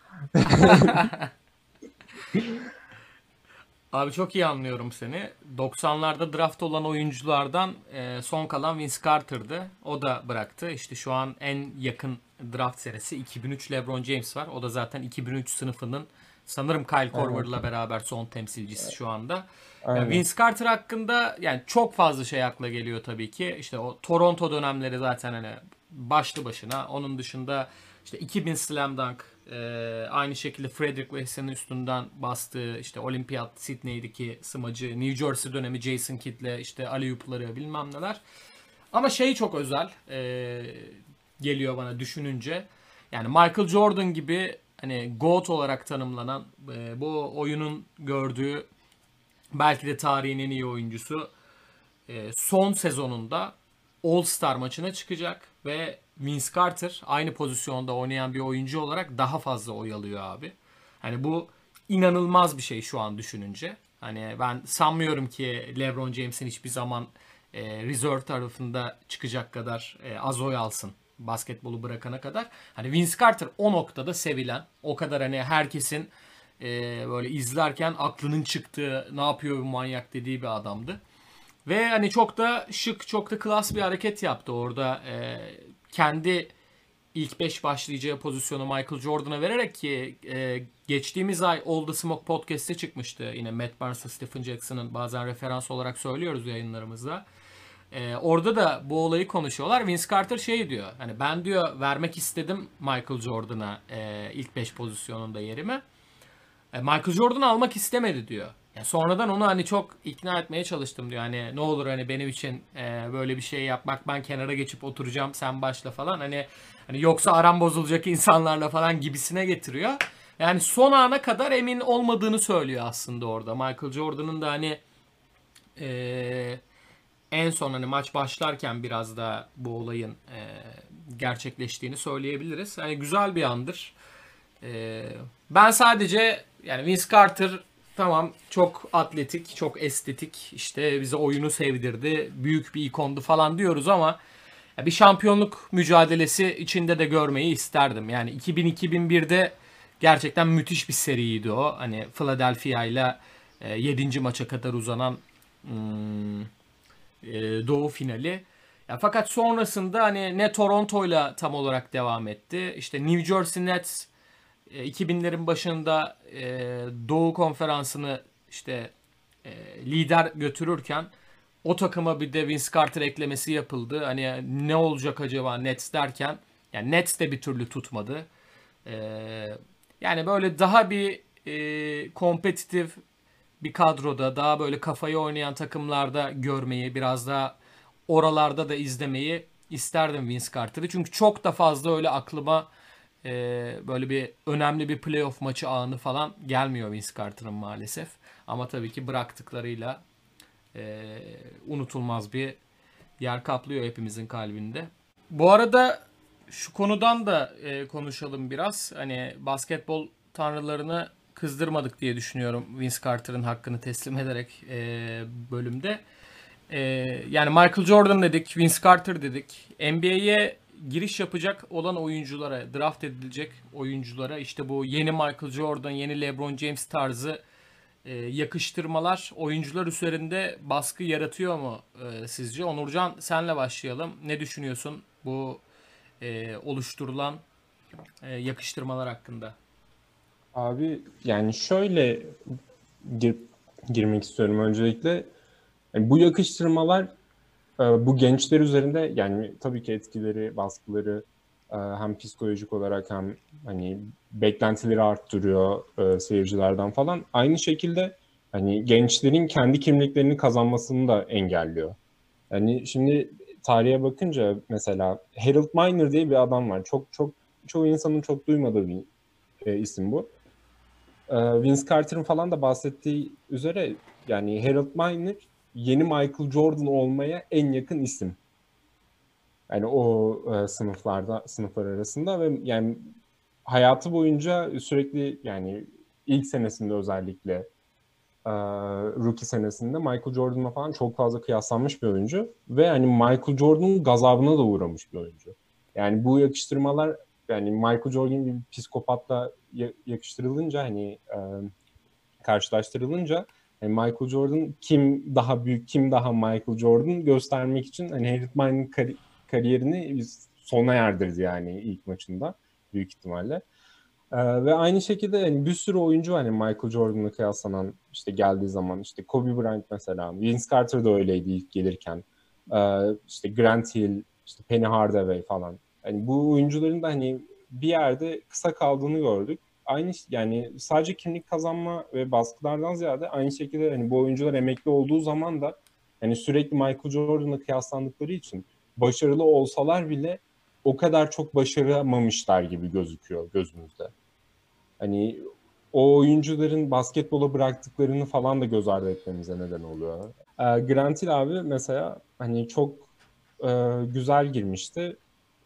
Abi çok iyi anlıyorum seni. 90'larda draft olan oyunculardan son kalan Vince Carter'dı. O da bıraktı. İşte şu an en yakın draft serisi 2003 LeBron James var. O da zaten 2003 sınıfının sanırım Kyle Korver'la beraber son temsilcisi şu anda. Yani Aynen. Vince Carter hakkında yani çok fazla şey akla geliyor tabii ki. İşte o Toronto dönemleri zaten hani başlı başına. Onun dışında işte 2000 Slam Dunk, aynı şekilde Frederick West'in üstünden bastığı işte Olimpiyat Sydney'deki smacı, New Jersey dönemi Jason Kidd'le işte alley-oop'ları bilmem neler. Ama şey çok özel geliyor bana düşününce. Yani Michael Jordan gibi hani GOAT olarak tanımlanan bu oyunun gördüğü belki de tarihin en iyi oyuncusu son sezonunda All-Star maçına çıkacak ve Vince Carter aynı pozisyonda oynayan bir oyuncu olarak daha fazla oy alıyor abi. Hani bu inanılmaz bir şey şu an düşününce. Hani ben sanmıyorum ki LeBron James'in hiçbir zaman reserve tarafında çıkacak kadar az oy alsın basketbolu bırakana kadar. Hani Vince Carter o noktada sevilen, o kadar hani herkesin böyle izlerken aklının çıktığı, ne yapıyor bu manyak dediği bir adamdı. Ve hani çok da şık, çok da klas bir hareket yaptı orada. Kendi ilk 5 başlayacağı pozisyonu Michael Jordan'a vererek ki geçtiğimiz ay All the Smoke Podcast'te çıkmıştı. Yine Matt Barnes'la Stephen Jackson'ın bazen referans olarak söylüyoruz yayınlarımızda. Orada da bu olayı konuşuyorlar. Vince Carter şey diyor. Hani ben diyor vermek istedim Michael Jordan'a ilk 5 pozisyonunda yerimi. Michael Jordan almak istemedi diyor. Yani sonradan onu hani çok ikna etmeye çalıştım diyor. Hani ne olur hani benim için böyle bir şey yapmak, ben kenara geçip oturacağım sen başla falan. Hani yoksa aram bozulacak insanlarla falan gibisine getiriyor. Yani son ana kadar emin olmadığını söylüyor aslında orada. Michael Jordan'ın da hani en son hani maç başlarken biraz da bu olayın gerçekleştiğini söyleyebiliriz. Hani güzel bir andır. Ben sadece yani Vince Carter tamam çok atletik, çok estetik, işte bize oyunu sevdirdi, büyük bir ikondu falan diyoruz ama bir şampiyonluk mücadelesi içinde de görmeyi isterdim. Yani 2000-2001'de gerçekten müthiş bir seriydi o. Hani Philadelphia ile 7. maça kadar uzanan Doğu finali. Ya fakat sonrasında hani ne Toronto'yla tam olarak devam etti. İşte New Jersey Nets 2000'lerin başında Doğu Konferansı'nı işte lider götürürken o takıma bir de Vince Carter eklemesi yapıldı. Hani ne olacak acaba Nets derken yani Nets de bir türlü tutmadı. Yani böyle daha bir kompetitif bir kadroda daha böyle kafayı oynayan takımlarda görmeyi biraz daha oralarda da izlemeyi isterdim Vince Carter'ı. Çünkü çok da fazla öyle aklıma böyle bir önemli bir playoff maçı anı falan gelmiyor Vince Carter'ın maalesef. Ama tabii ki bıraktıklarıyla unutulmaz bir yer kaplıyor hepimizin kalbinde. Bu arada şu konudan da konuşalım biraz. Hani basketbol tanrılarını kızdırmadık diye düşünüyorum Vince Carter'ın hakkını teslim ederek bölümde. Yani Michael Jordan dedik, Vince Carter dedik. NBA'ye giriş yapacak olan oyunculara, draft edilecek oyunculara işte bu yeni Michael Jordan, yeni LeBron James tarzı yakıştırmalar oyuncular üzerinde baskı yaratıyor mu sizce? Onurcan senle başlayalım. Ne düşünüyorsun bu oluşturulan yakıştırmalar hakkında? Abi yani şöyle girmek istiyorum öncelikle. Yani bu yakıştırmalar bu gençler üzerinde yani tabii ki etkileri, baskıları hem psikolojik olarak hem hani beklentileri arttırıyor seyircilerden falan. Aynı şekilde hani gençlerin kendi kimliklerini kazanmasını da engelliyor. Yani şimdi tarihe bakınca mesela Harold Miner diye bir adam var. Çoğu insanın çok duymadığı bir isim bu. Vince Carter'ın falan da bahsettiği üzere yani Harold Miner yeni Michael Jordan olmaya en yakın isim. Yani o sınıflar arasında ve yani hayatı boyunca sürekli yani ilk senesinde özellikle rookie senesinde Michael Jordan'la falan çok fazla kıyaslanmış bir oyuncu ve hani Michael Jordan'ın gazabına da uğramış bir oyuncu. Yani bu yakıştırmalar yani Michael Jordan gibi bir psikopatla yakıştırılınca hani karşılaştırılınca hani Michael Jordan kim daha büyük, kim daha Michael Jordan göstermek için hani Harold Mine'ın kariyerini sona erdirdi yani ilk maçında büyük ihtimalle. Ve aynı şekilde yani bir sürü oyuncu hani Michael Jordan'la kıyaslanan işte geldiği zaman işte Kobe Bryant mesela, Vince Carter da öyleydi ilk gelirken. İşte Grant Hill, işte Penny Hardaway falan. Hani bu oyuncuların da hani bir yerde kısa kaldığını gördük. Aynı yani sadece kimlik kazanma ve baskılardan ziyade aynı şekilde hani bu oyuncular emekli olduğu zaman da hani sürekli Michael Jordan'la kıyaslandıkları için başarılı olsalar bile o kadar çok başaramamışlar gibi gözüküyor gözümüzde. Hani o oyuncuların basketbola bıraktıklarını falan da göz ardı etmemize neden oluyor. Grant Hill abi mesela hani çok güzel girmişti.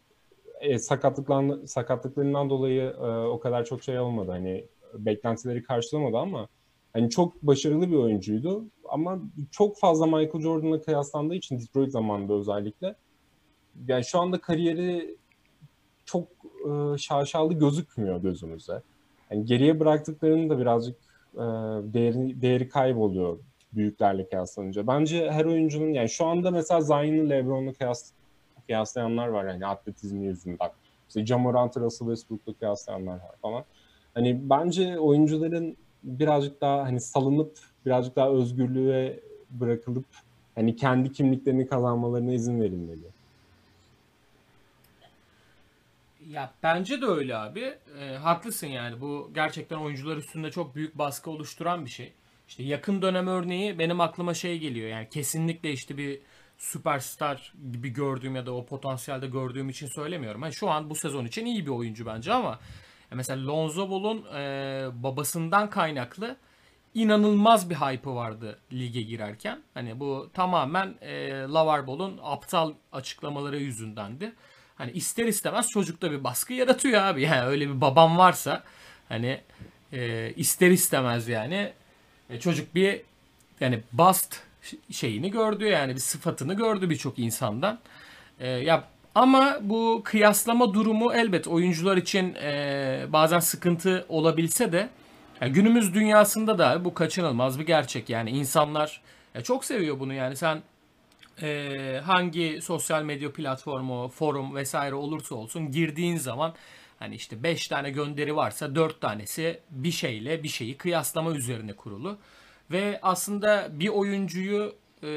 Sakatlıklarından dolayı o kadar çok şey olmadı. Hani beklentileri karşılamadı ama hani çok başarılı bir oyuncuydu. Ama çok fazla Michael Jordan'la kıyaslandığı için Detroit zamanında özellikle yani şu anda kariyeri çok şaşalı gözükmüyor gözümüze. Yani geriye bıraktıklarının da birazcık değeri kayboluyor büyüklerle kıyaslanınca. Bence her oyuncunun yani şu anda mesela Zion'u LeBron'u kıyaslayanlar var yani atletizmi yüzünden. İşte Ja Morant'ı Russell Westbrook'la kıyaslayanlar var falan. Hani bence oyuncuların birazcık daha hani salınıp birazcık daha özgürlüğe bırakılıp hani kendi kimliklerini kazanmalarına izin verilmeli. Ya bence de öyle abi. Haklısın yani. Bu gerçekten oyuncular üstünde çok büyük baskı oluşturan bir şey. İşte yakın dönem örneği benim aklıma şey geliyor. Yani kesinlikle işte bir süperstar gibi gördüğüm ya da o potansiyelde gördüğüm için söylemiyorum. Hani şu an bu sezon için iyi bir oyuncu bence ama mesela Lonzo Ball'un babasından kaynaklı inanılmaz bir hype'ı vardı lige girerken. Hani bu tamamen LaVar Ball'un aptal açıklamaları yüzündendi. Hani ister istemez çocukta bir baskı yaratıyor abi. Yani öyle bir babam varsa hani ister istemez yani çocuk bir yani bast şeyini gördü yani bir sıfatını gördü birçok insandan. Ya ama bu kıyaslama durumu elbet oyuncular için bazen sıkıntı olabilse de yani günümüz dünyasında da bu kaçınılmaz bir gerçek. Yani insanlar çok seviyor bunu yani sen hangi sosyal medya platformu, forum vesaire olursa olsun girdiğin zaman hani işte 5 tane gönderi varsa 4 tanesi bir şeyle bir şeyi kıyaslama üzerine kurulu. Ve aslında bir oyuncuyu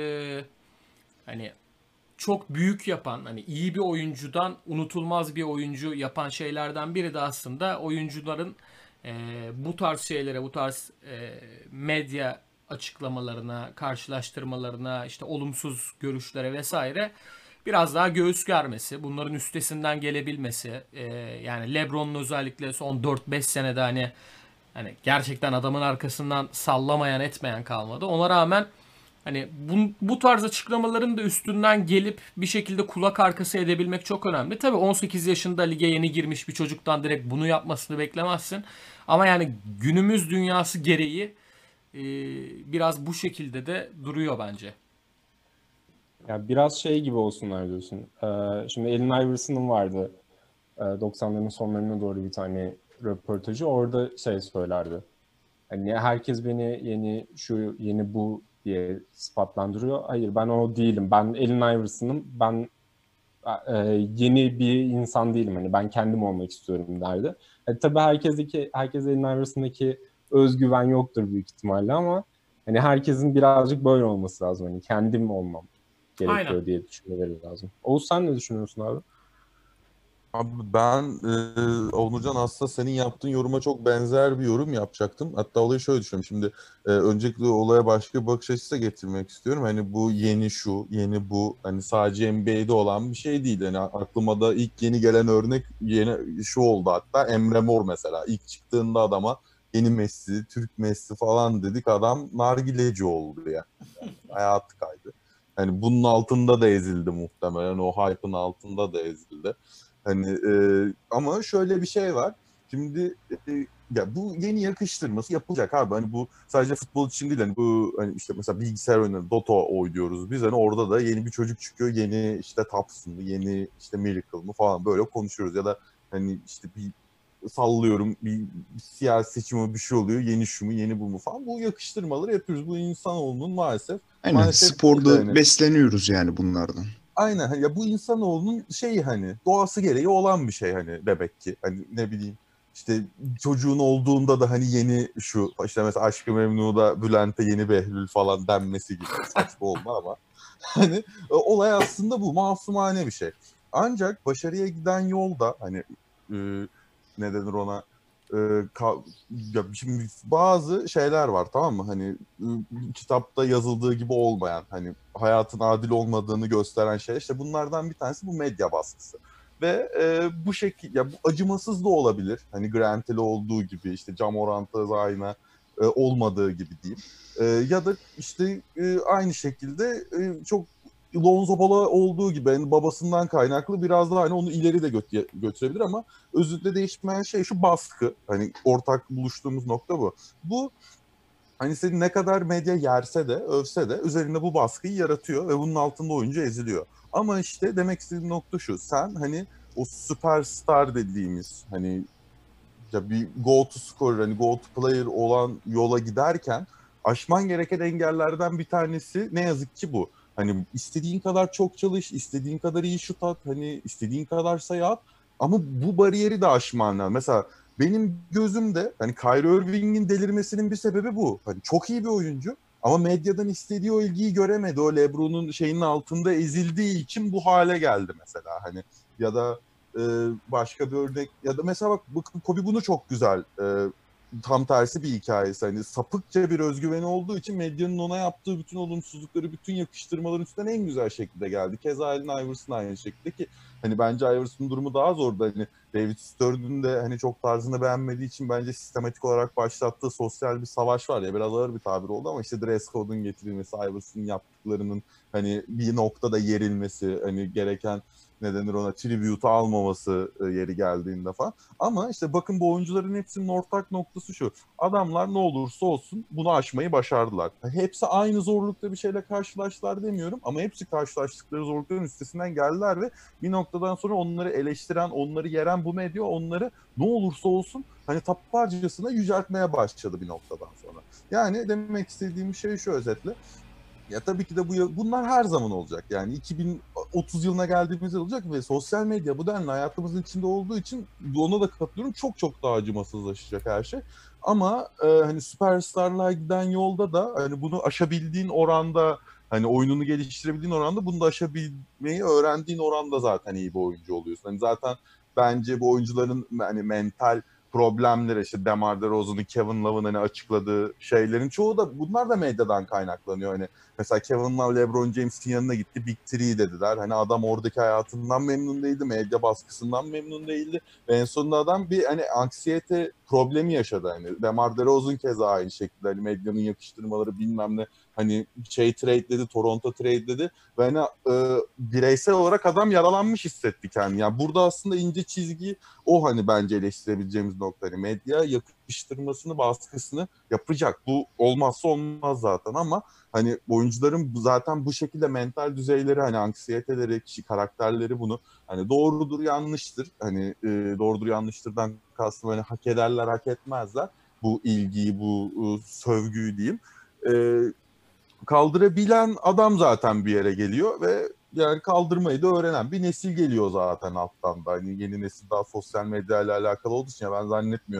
hani çok büyük yapan, hani iyi bir oyuncudan unutulmaz bir oyuncu yapan şeylerden biri de aslında oyuncuların bu tarz şeylere, bu tarz medya açıklamalarına, karşılaştırmalarına, işte olumsuz görüşlere vesaire biraz daha göğüs germesi, bunların üstesinden gelebilmesi, yani LeBron'un özellikle son 4-5 senede hani gerçekten adamın arkasından sallamayan etmeyen kalmadı. Ona rağmen hani bu tarz açıklamaların da üstünden gelip bir şekilde kulak arkası edebilmek çok önemli. Tabii 18 yaşında lige yeni girmiş bir çocuktan direkt bunu yapmasını beklemezsin. Ama yani günümüz dünyası gereği e, biraz bu şekilde de duruyor bence. Ya biraz şey gibi olsunlar diyorsun. Şimdi Allen Iverson'ın vardı. 90'ların sonlarına doğru bir tane röportajı. Orada şey söylerdi. Hani herkes beni yeni bu diye sıfatlandırıyor. Hayır ben o değilim. Ben Allen Iverson'ım. Ben yeni bir insan değilim. Hani ben kendim olmak istiyorum derdi. Tabii herkes Allen Iverson'daki özgüven yoktur büyük ihtimalle ama Hani herkesin birazcık böyle olması lazım. Hani kendim olmam gerekiyor Aynen. diye düşünmeleri lazım. Oğuz sen ne düşünüyorsun abi? Abi ben Onurcan aslında senin yaptığın yoruma çok benzer bir yorum yapacaktım. Hatta olayı şöyle düşünüyorum. Şimdi öncelikle olaya başka bir bakış açısı getirmek istiyorum. Hani bu yeni şu, yeni bu. Hani sadece NBA'de olan bir şey değil. Hani aklıma da ilk yeni gelen örnek yeni şu oldu hatta. Emre Mor mesela. İlk çıktığında adama yeni Messi, Türk Messi falan dedik. Adam nargileci oldu ya. Yani hayatı kaydı. Hani bunun altında da ezildi muhtemelen. O hype'ın altında da ezildi. Hani ama şöyle bir şey var. Şimdi ya bu yeni yakıştırması yapılacak abi. Hani bu sadece futbol için değil. Hani bu hani işte mesela bilgisayar oyunu Dota oynuyoruz biz. Hani orada da yeni bir çocuk çıkıyor. Yeni işte Thompson mı, yeni işte Miracle mı falan böyle konuşuyoruz. Ya da hani işte bir sallıyorum bir siyasi seçimi bir şey oluyor. Yeni şu mu, yeni bu mu falan. Bu yakıştırmaları yapıyoruz. Bu insanoğlunun Aynen, maalesef değil de sporda hani. besleniyoruz yani bunlardan. Aynen hani ya bu insanoğlunun şeyi hani doğası gereği olan bir şey hani demek ki. Hani ne bileyim işte çocuğun olduğunda da hani yeni şu işte mesela Aşk-ı Memnu'da Bülent'e yeni Behlül falan denmesi gibi saçma olma ama hani olay aslında bu masumane bir şey. Ancak başarıya giden yolda hani e, ne denir ona e, ya şimdi bazı şeyler var tamam mı? Hani kitapta yazıldığı gibi olmayan hani hayatın adil olmadığını gösteren şey işte bunlardan bir tanesi bu medya baskısı. Ve bu şekil ya bu acımasız da olabilir. Hani Grant Hill olduğu gibi işte Camorant'a Zayn'a olmadığı gibi diyeyim. Ya da işte aynı şekilde çok Lonzo Ball'a olduğu gibi yani babasından kaynaklı biraz daha hani onu ileri de götürebilir ama özünde değişmeyen şey şu baskı. Hani ortak buluştuğumuz nokta bu. Bu hani seni ne kadar medya yerse de övse de üzerinde bu baskıyı yaratıyor ve bunun altında oyuncu eziliyor. Ama işte demek istediğim nokta şu. Sen hani o süperstar dediğimiz hani ya bir go to scorer hani go to player olan yola giderken aşman gereken engellerden bir tanesi ne yazık ki bu. Hani istediğin kadar çok çalış, istediğin kadar iyi şut at, hani istediğin kadar sayı at ama bu bariyeri de aşman lazım. Mesela benim gözümde hani Kyrie Irving'in delirmesinin bir sebebi bu. Hani çok iyi bir oyuncu ama medyadan istediği o ilgiyi göremedi. O LeBron'un şeyinin altında ezildiği için bu hale geldi mesela. Hani ya da başka bir örnek ya da mesela bak Kobe bunu çok güzel tam tersi bir hikayesi. Hani sapıkça bir özgüveni olduğu için medyanın ona yaptığı bütün olumsuzlukları, bütün yakıştırmaların üstünden en güzel şekilde geldi. Keza Allen Iverson aynı şekilde ki hani bence Iverson'un durumu daha zordu. Hani David Stern'ün de hani çok tarzını beğenmediği için bence sistematik olarak başlattığı sosyal bir savaş var ya biraz ağır bir tabir oldu ama işte dress code'un getirilmesi, Iverson'un yaptıklarının hani bir noktada yerilmesi, hani gereken ne denir ona tribute almaması yeri geldiğinde falan. Ama işte bakın bu oyuncuların hepsinin ortak noktası şu. Adamlar ne olursa olsun bunu aşmayı başardılar. Hepsi aynı zorlukta bir şeyle karşılaştılar demiyorum ama hepsi karşılaştıkları zorlukların üstesinden geldiler ve bir noktadan sonra onları eleştiren, onları yeren bu medya onları ne olursa olsun hani taplarcasına yüceltmeye başladı bir noktadan sonra. Yani demek istediğim şey şu özetle. Ya tabii ki de bunlar her zaman olacak. Yani 2030 yılına geldiğimizde olacak ve sosyal medya bu denli hayatımızın içinde olduğu için ona da katılıyorum. Çok çok daha acımasızlaşacak her şey. Ama hani süperstarlığa giden yolda da hani bunu aşabildiğin oranda hani oyununu geliştirebildiğin oranda bunu da aşabilmeyi öğrendiğin oranda zaten iyi bir oyuncu oluyorsun. Hani zaten bence bu oyuncuların hani mental problemleri işte DeMar DeRozan'ın, Kevin Love'ın hani açıkladığı şeylerin çoğu da bunlar da medyadan kaynaklanıyor. Hani mesela Kevin Love, LeBron James'in yanına gitti. Big Three dediler. Hani adam oradaki hayatından memnun değildi. Medya baskısından memnun değildi. Ve en sonunda adam bir hani anksiyete problemi yaşadı. Hani DeMar DeRozan keza aynı şekilde. Hani medyanın yakıştırmaları bilmem ne. Hani şey trade dedi, Toronto trade dedi. Ve hani bireysel olarak adam yaralanmış hissetti kendini. Yani burada aslında ince çizgi o hani bence eleştirebileceğimiz nokta. Hani medya yakıştırmasını, baskısını yapacak. Bu olmazsa olmaz zaten ama hani oyuncuların zaten bu şekilde mental düzeyleri hani anksiyeteleri, kişi karakterleri bunu hani doğrudur yanlıştır. Hani doğrudur yanlıştırdan kastım hani hak ederler hak etmezler. Bu ilgiyi, bu sövgüyü diyeyim. E, kaldırabilen adam zaten bir yere geliyor ve yani kaldırmayı da öğrenen bir nesil geliyor zaten alttan da. Hani yeni nesil daha sosyal medya ile alakalı olduğu için ya ben zannetmiyorum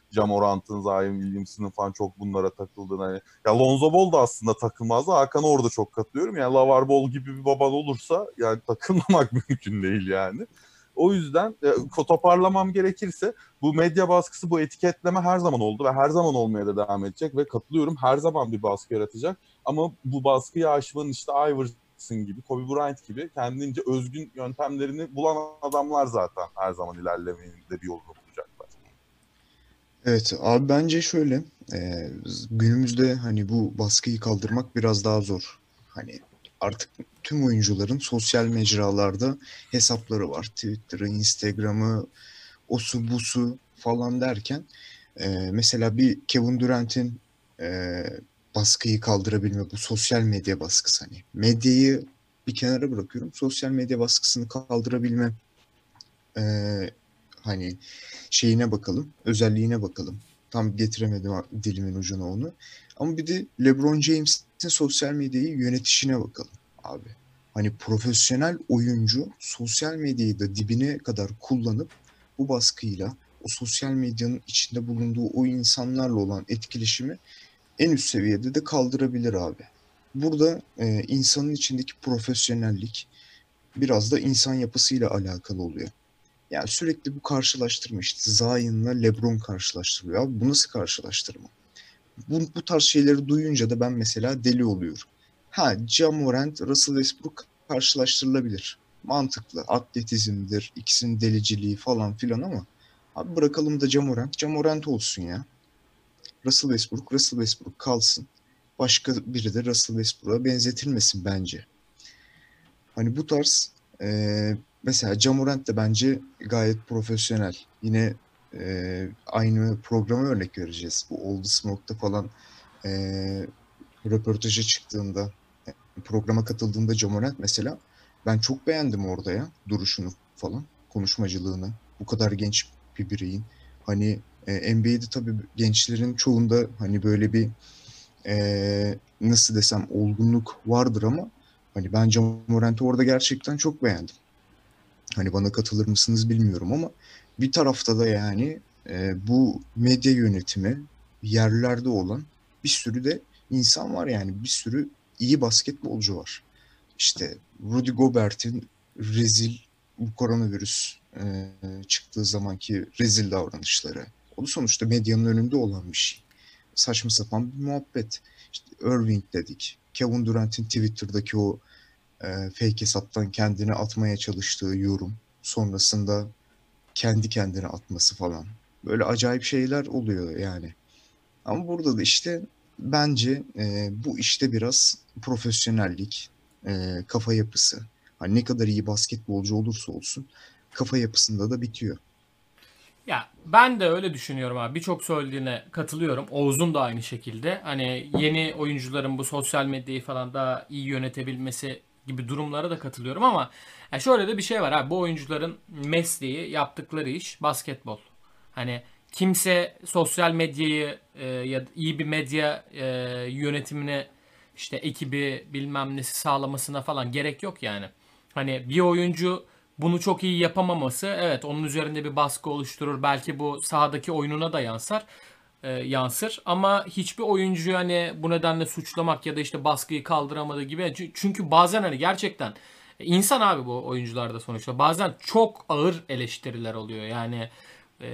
Ja Morant'ın, Zion Williamson'ın falan çok bunlara takıldığını. Hani, ya Lonzo Ball da aslında takılmazdı. Hakan'a orada çok katılıyorum. Yani LaVar Ball gibi bir baban olursa yani takılmamak mümkün değil yani. O yüzden toparlamam gerekirse bu medya baskısı, bu etiketleme her zaman oldu ve her zaman olmaya da devam edecek ve katılıyorum, her zaman bir baskı yaratacak. Ama bu baskıyı aşmanın işte Iverson gibi, Kobe Bryant gibi kendince özgün yöntemlerini bulan adamlar zaten her zaman ilerlemenin de bir yolunu bulacaklar. Evet abi, bence şöyle, e, günümüzde hani bu baskıyı kaldırmak biraz daha zor. Hani artık tüm oyuncuların sosyal mecralarda hesapları var. Twitter'ı, Instagram'ı, osu busu falan derken mesela bir Kevin Durant'in e, baskıyı kaldırabilme, bu sosyal medya baskısı, hani medyayı bir kenara bırakıyorum. Sosyal medya baskısını kaldırabilme e, hani şeyine bakalım, özelliğine bakalım. Tam getiremedim dilimin ucuna onu. Ama bir de LeBron James'in sosyal medyayı yönetişine bakalım abi. Hani profesyonel oyuncu sosyal medyayı da dibine kadar kullanıp bu baskıyla o sosyal medyanın içinde bulunduğu o insanlarla olan etkileşimi en üst seviyede de kaldırabilir abi. Burada insanın içindeki profesyonellik biraz da insan yapısıyla alakalı oluyor. Yani sürekli bu karşılaştırma, işte Zion'la LeBron karşılaştırılıyor. Abi bu nasıl karşılaştırma? Bu tarz şeyleri duyunca da ben mesela deli oluyorum. Ha, Ja Morant, Russell Westbrook karşılaştırılabilir. Mantıklı. Atletizmdir, ikisinin deliciliği falan filan ama abi bırakalım da Ja Morant, Ja Morant olsun ya. Russell Westbrook, Russell Westbrook kalsın. Başka biri de Russell Westbrook'a benzetilmesin bence. Hani bu tarz mesela Ja Morant de bence gayet profesyonel. Yine aynı programa örnek vereceğiz. Bu All the Smoke'da falan e, röportaja çıktığında, programa katıldığında Ja Morant mesela, ben çok beğendim orada ya duruşunu falan, konuşmacılığını. Bu kadar genç bir bireyin. Hani NBA'de tabii gençlerin çoğunda hani böyle bir nasıl desem olgunluk vardır ama hani ben Ja Morant'ı orada gerçekten çok beğendim. Hani bana katılır mısınız bilmiyorum ama bir tarafta da yani bu medya yönetimi yerlerde olan bir sürü de insan var, yani bir sürü iyi basketbolcu var. İşte Rudy Gobert'in rezil, bu koronavirüs çıktığı zamanki rezil davranışları. O da sonuçta medyanın önünde olan bir şey. Saçma sapan bir muhabbet. İşte Irving dedik. Kevin Durant'in Twitter'daki o fake hesaptan kendini atmaya çalıştığı yorum. Sonrasında kendi kendine atması falan. Böyle acayip şeyler oluyor yani. Ama burada da işte bence bu işte biraz profesyonellik, kafa yapısı. Hani ne kadar iyi basketbolcu olursa olsun kafa yapısında da bitiyor. Ya ben de öyle düşünüyorum abi. Birçok söylediğine katılıyorum. Oğuz'un da aynı şekilde. Hani yeni oyuncuların bu sosyal medyayı falan daha iyi yönetebilmesi gibi durumlara da katılıyorum ama ya şöyle de bir şey var abi. Bu oyuncuların mesleği, yaptıkları iş basketbol. Hani kimse sosyal medyayı ya da iyi bir medya yönetimine, işte ekibi bilmem nesi sağlamasına falan gerek yok yani. Hani bir oyuncu bunu çok iyi yapamaması, evet, onun üzerinde bir baskı oluşturur. Belki bu sahadaki oyununa da yansır. Ama hiçbir oyuncuyu hani bu nedenle suçlamak ya da işte baskıyı kaldıramadığı gibi. Çünkü bazen hani gerçekten insan abi bu oyuncularda sonuçta. Bazen çok ağır eleştiriler oluyor. Yani e,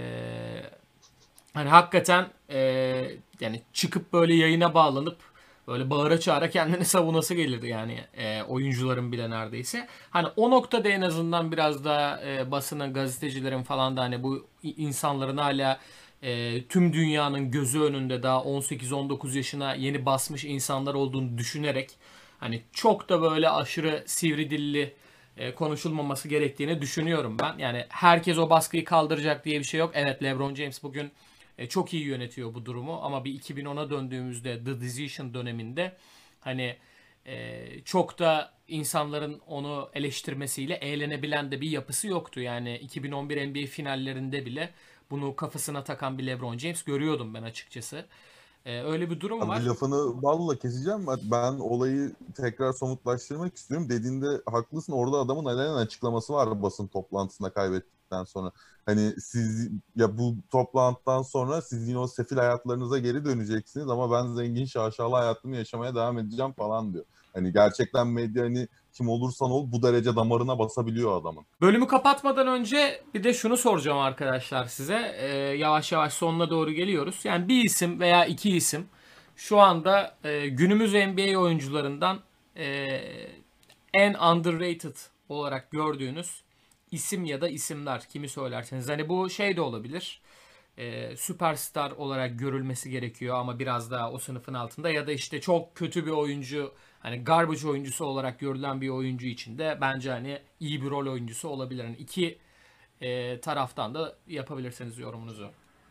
hani hakikaten yani çıkıp böyle yayına bağlanıp böyle bağıra çağıra kendini savunası gelirdi yani oyuncuların bile neredeyse. Hani o noktada en azından biraz da basının, gazetecilerin falan da hani bu insanların hala tüm dünyanın gözü önünde daha 18-19 yaşına yeni basmış insanlar olduğunu düşünerek hani çok da böyle aşırı sivri dilli konuşulmaması gerektiğini düşünüyorum ben. Yani herkes o baskıyı kaldıracak diye bir şey yok. Evet, LeBron James bugün çok iyi yönetiyor bu durumu ama bir 2010'a döndüğümüzde The Decision döneminde hani çok da insanların onu eleştirmesiyle eğlenebilen de bir yapısı yoktu. Yani 2011 NBA finallerinde bile bunu kafasına takan bir LeBron James görüyordum ben açıkçası. Öyle bir durum var. Abi lafını balla keseceğim. Ben olayı tekrar somutlaştırmak istiyorum. Dediğinde haklısın. Orada adamın alenen açıklaması var basın toplantısında kaybettikten sonra. Hani siz ya bu toplantıdan sonra siz yine o sefil hayatlarınıza geri döneceksiniz ama ben zengin şaşalı hayatımı yaşamaya devam edeceğim falan diyor. Hani gerçekten medya hani kim olursan ol bu derece damarına basabiliyor adamın. Bölümü kapatmadan önce bir de şunu soracağım arkadaşlar size. Yavaş yavaş sonuna doğru geliyoruz. Yani bir isim veya iki isim şu anda günümüz NBA oyuncularından e, en underrated olarak gördüğünüz isim ya da isimler kimi söylerseniz. Hani bu şey de olabilir. Süperstar olarak görülmesi gerekiyor ama biraz daha o sınıfın altında ya da işte çok kötü bir oyuncu, hani garbage oyuncusu olarak görülen bir oyuncu için de bence hani iyi bir rol oyuncusu olabilir. Yani iki taraftan da yapabilirsiniz yorumunuzu.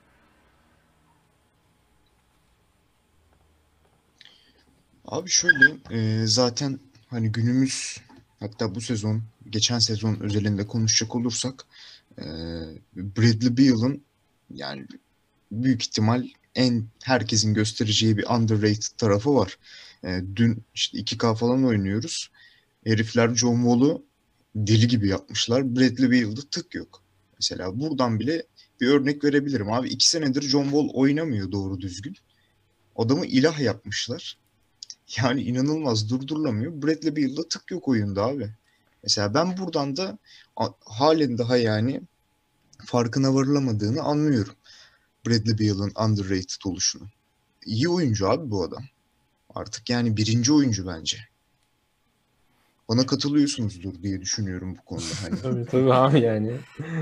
Abi şöyle zaten hani günümüz, hatta bu sezon, geçen sezon özelinde konuşacak olursak e, Bradley Beal'ın yani büyük ihtimal herkesin göstereceği bir underrated tarafı var. Dün işte 2K falan oynuyoruz. Herifler John Wall'u deli gibi yapmışlar. Bradley Beal'da tık yok. Mesela buradan bile bir örnek verebilirim. Abi 2 senedir John Wall oynamıyor doğru düzgün. Adamı ilah yapmışlar. Yani inanılmaz, durdurulamıyor. Bradley Beal'da tık yok oyunda abi. Mesela ben buradan da halen daha yani farkına varılamadığını anlıyorum. Bradley Beal'ın underrated oluşunu. İyi oyuncu abi bu adam. Artık yani birinci oyuncu bence. Bana katılıyorsunuzdur diye düşünüyorum bu konuda. Hani Tabii abi yani.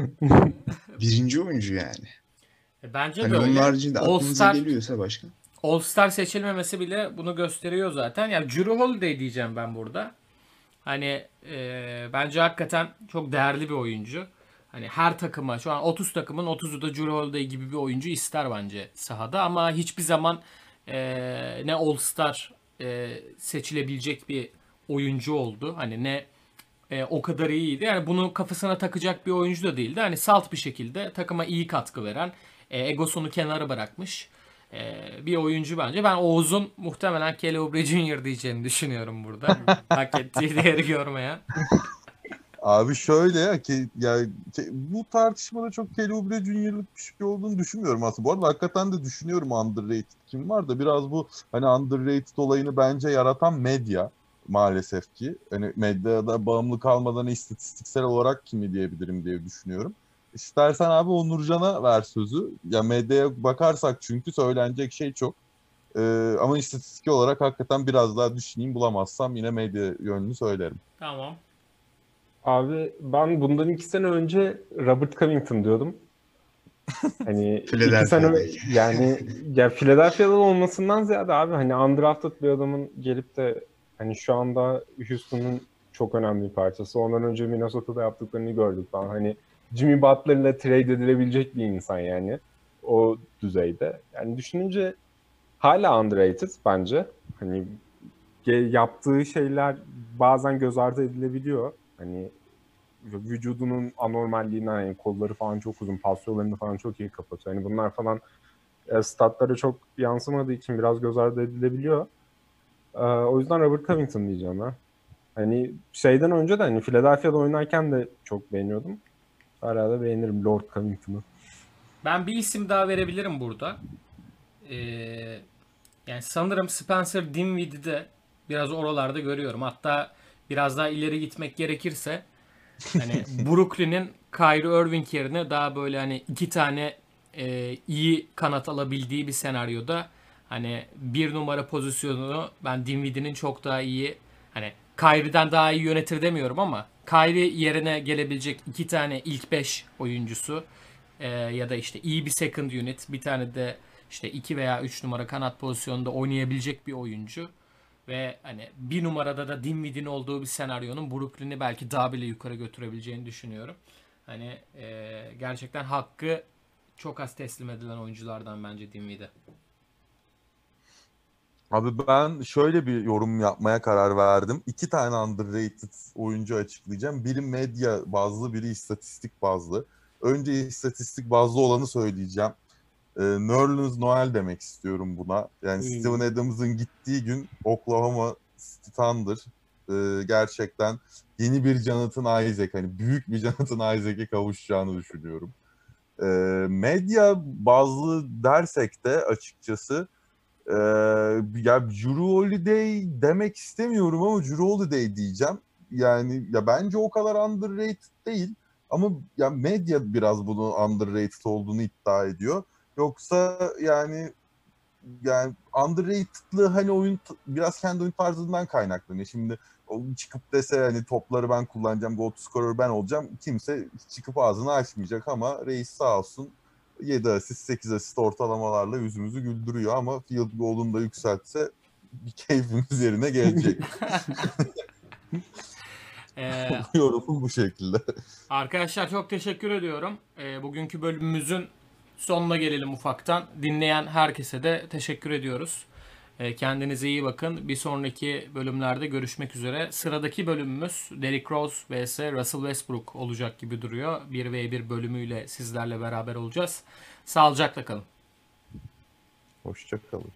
birinci oyuncu yani. Bence de Hani onun öyle. haricinde All aklınıza Star geliyorsa başka. All Star seçilmemesi bile bunu gösteriyor zaten. Yani Jrue Holiday diyeceğim ben burada. Hani bence hakikaten çok değerli bir oyuncu. Hani her takıma şu an 30 takımın 30'u da Jrue Holiday gibi bir oyuncu ister bence sahada ama hiçbir zaman ne All Star seçilebilecek bir oyuncu oldu. Hani ne o kadar iyiydi. Yani bunu kafasına takacak bir oyuncu da değildi. Hani salt bir şekilde takıma iyi katkı veren, egosunu kenara bırakmış bir oyuncu bence. Ben Oğuz'un muhtemelen Kelly Oubre Jr. diyeceğini düşünüyorum burada. Hak ettiği değeri görmeyen. Abi şöyle bu tartışmada çok Kelly Oubre Junior'lık bir şey olduğunu düşünmüyorum aslında. Bu arada hakikaten de düşünüyorum underrated kim var da biraz bu hani underrated olayını bence yaratan medya maalesef ki. Hani medyada bağımlı kalmadan istatistiksel olarak kimi diyebilirim diye düşünüyorum. İstersen abi Onurcan'a ver sözü. Ya medyaya bakarsak çünkü söylenecek şey çok. Ama istatistik olarak hakikaten biraz daha düşüneyim bulamazsam yine medya yönünü söylerim. Tamam. Abi ben bundan 2 sene önce Robert Covington diyordum. Hani 2 sene yani ya Philadelphia'da olmasından ziyade abi hani undrafted bir adamın gelip de hani şu anda Houston'un çok önemli bir parçası. Ondan önce Minnesota'da yaptıklarını gördük falan. Hani Jimmy Butler'la trade edilebilecek bir insan yani. O düzeyde. Yani düşününce hala underrated bence. Hani yaptığı şeyler bazen göz ardı edilebiliyor. Hani vücudunun anormalliğinden yani kolları falan çok uzun, pas yollarını falan çok iyi kapatıyor. Yani bunlar falan statlara çok yansımadığı için biraz göz ardı edilebiliyor. O yüzden Robert Covington diyeceğim ben. Hani şeyden önce de hani Philadelphia'da oynarken de çok beğeniyordum. Hala da beğenirim Lord Covington'ı. Ben bir isim daha verebilirim burada. Ee, Yani sanırım Spencer Dinwiddie'yi de biraz oralarda görüyorum. Hatta biraz daha ileri gitmek gerekirse hani Brooklyn'in Kyrie Irving yerine daha böyle hani iki tane iyi kanat alabildiği bir senaryoda hani bir numara pozisyonunu ben Dinwiddie'nin çok daha iyi, hani Kyrie'den daha iyi yönetir demiyorum ama Kyrie yerine gelebilecek iki tane ilk 5 oyuncusu ya da işte iyi bir second unit, bir tane de işte 2 veya 3 numara kanat pozisyonunda oynayabilecek bir oyuncu. Ve hani bir numarada da Dinwiddie'nin olduğu bir senaryonun Brooklyn'i belki daha bile yukarı götürebileceğini düşünüyorum. Hani gerçekten hakkı çok az teslim edilen oyunculardan bence Dinwiddie. Abi ben şöyle bir yorum yapmaya karar verdim. İki tane underrated oyuncu açıklayacağım. Biri medya bazlı, biri istatistik bazlı. Önce istatistik bazlı olanı söyleyeceğim. Nerlens Noel demek istiyorum buna. Yani Hmm. Steven Adams'ın gittiği gün Oklahoma City Thunder gerçekten yeni bir Jonathan Isaac, hani büyük bir Jonathan Isaac'e kavuşacağını düşünüyorum. Medya bazlı dersek de açıkçası ya Jrue Holiday demek istemiyorum ama Jrue Holiday diyeceğim. Yani ya bence o kadar underrated değil ama ya medya biraz bunun underrated olduğunu iddia ediyor. Yoksa yani underrated'lığı hani biraz kendi oyun tarzından kaynaklanıyor. Şimdi o çıkıp dese hani topları ben kullanacağım, go to scorer ben olacağım. Kimse çıkıp ağzını açmayacak ama reis sağ olsun 7 asist 8 asist ortalamalarla yüzümüzü güldürüyor ama field goal'unu da yükseltse bir keyfimiz yerine gelecek. Ee, Yorumum bu şekilde. Arkadaşlar çok teşekkür ediyorum. Bugünkü bölümümüzün sonuna gelelim ufaktan. Dinleyen herkese de teşekkür ediyoruz. Kendinize iyi bakın. Bir sonraki bölümlerde görüşmek üzere. Sıradaki bölümümüz Derrick Rose vs Russell Westbrook olacak gibi duruyor. 1v1 bölümüyle sizlerle beraber olacağız. Sağlıcakla kalın. Hoşça kalın.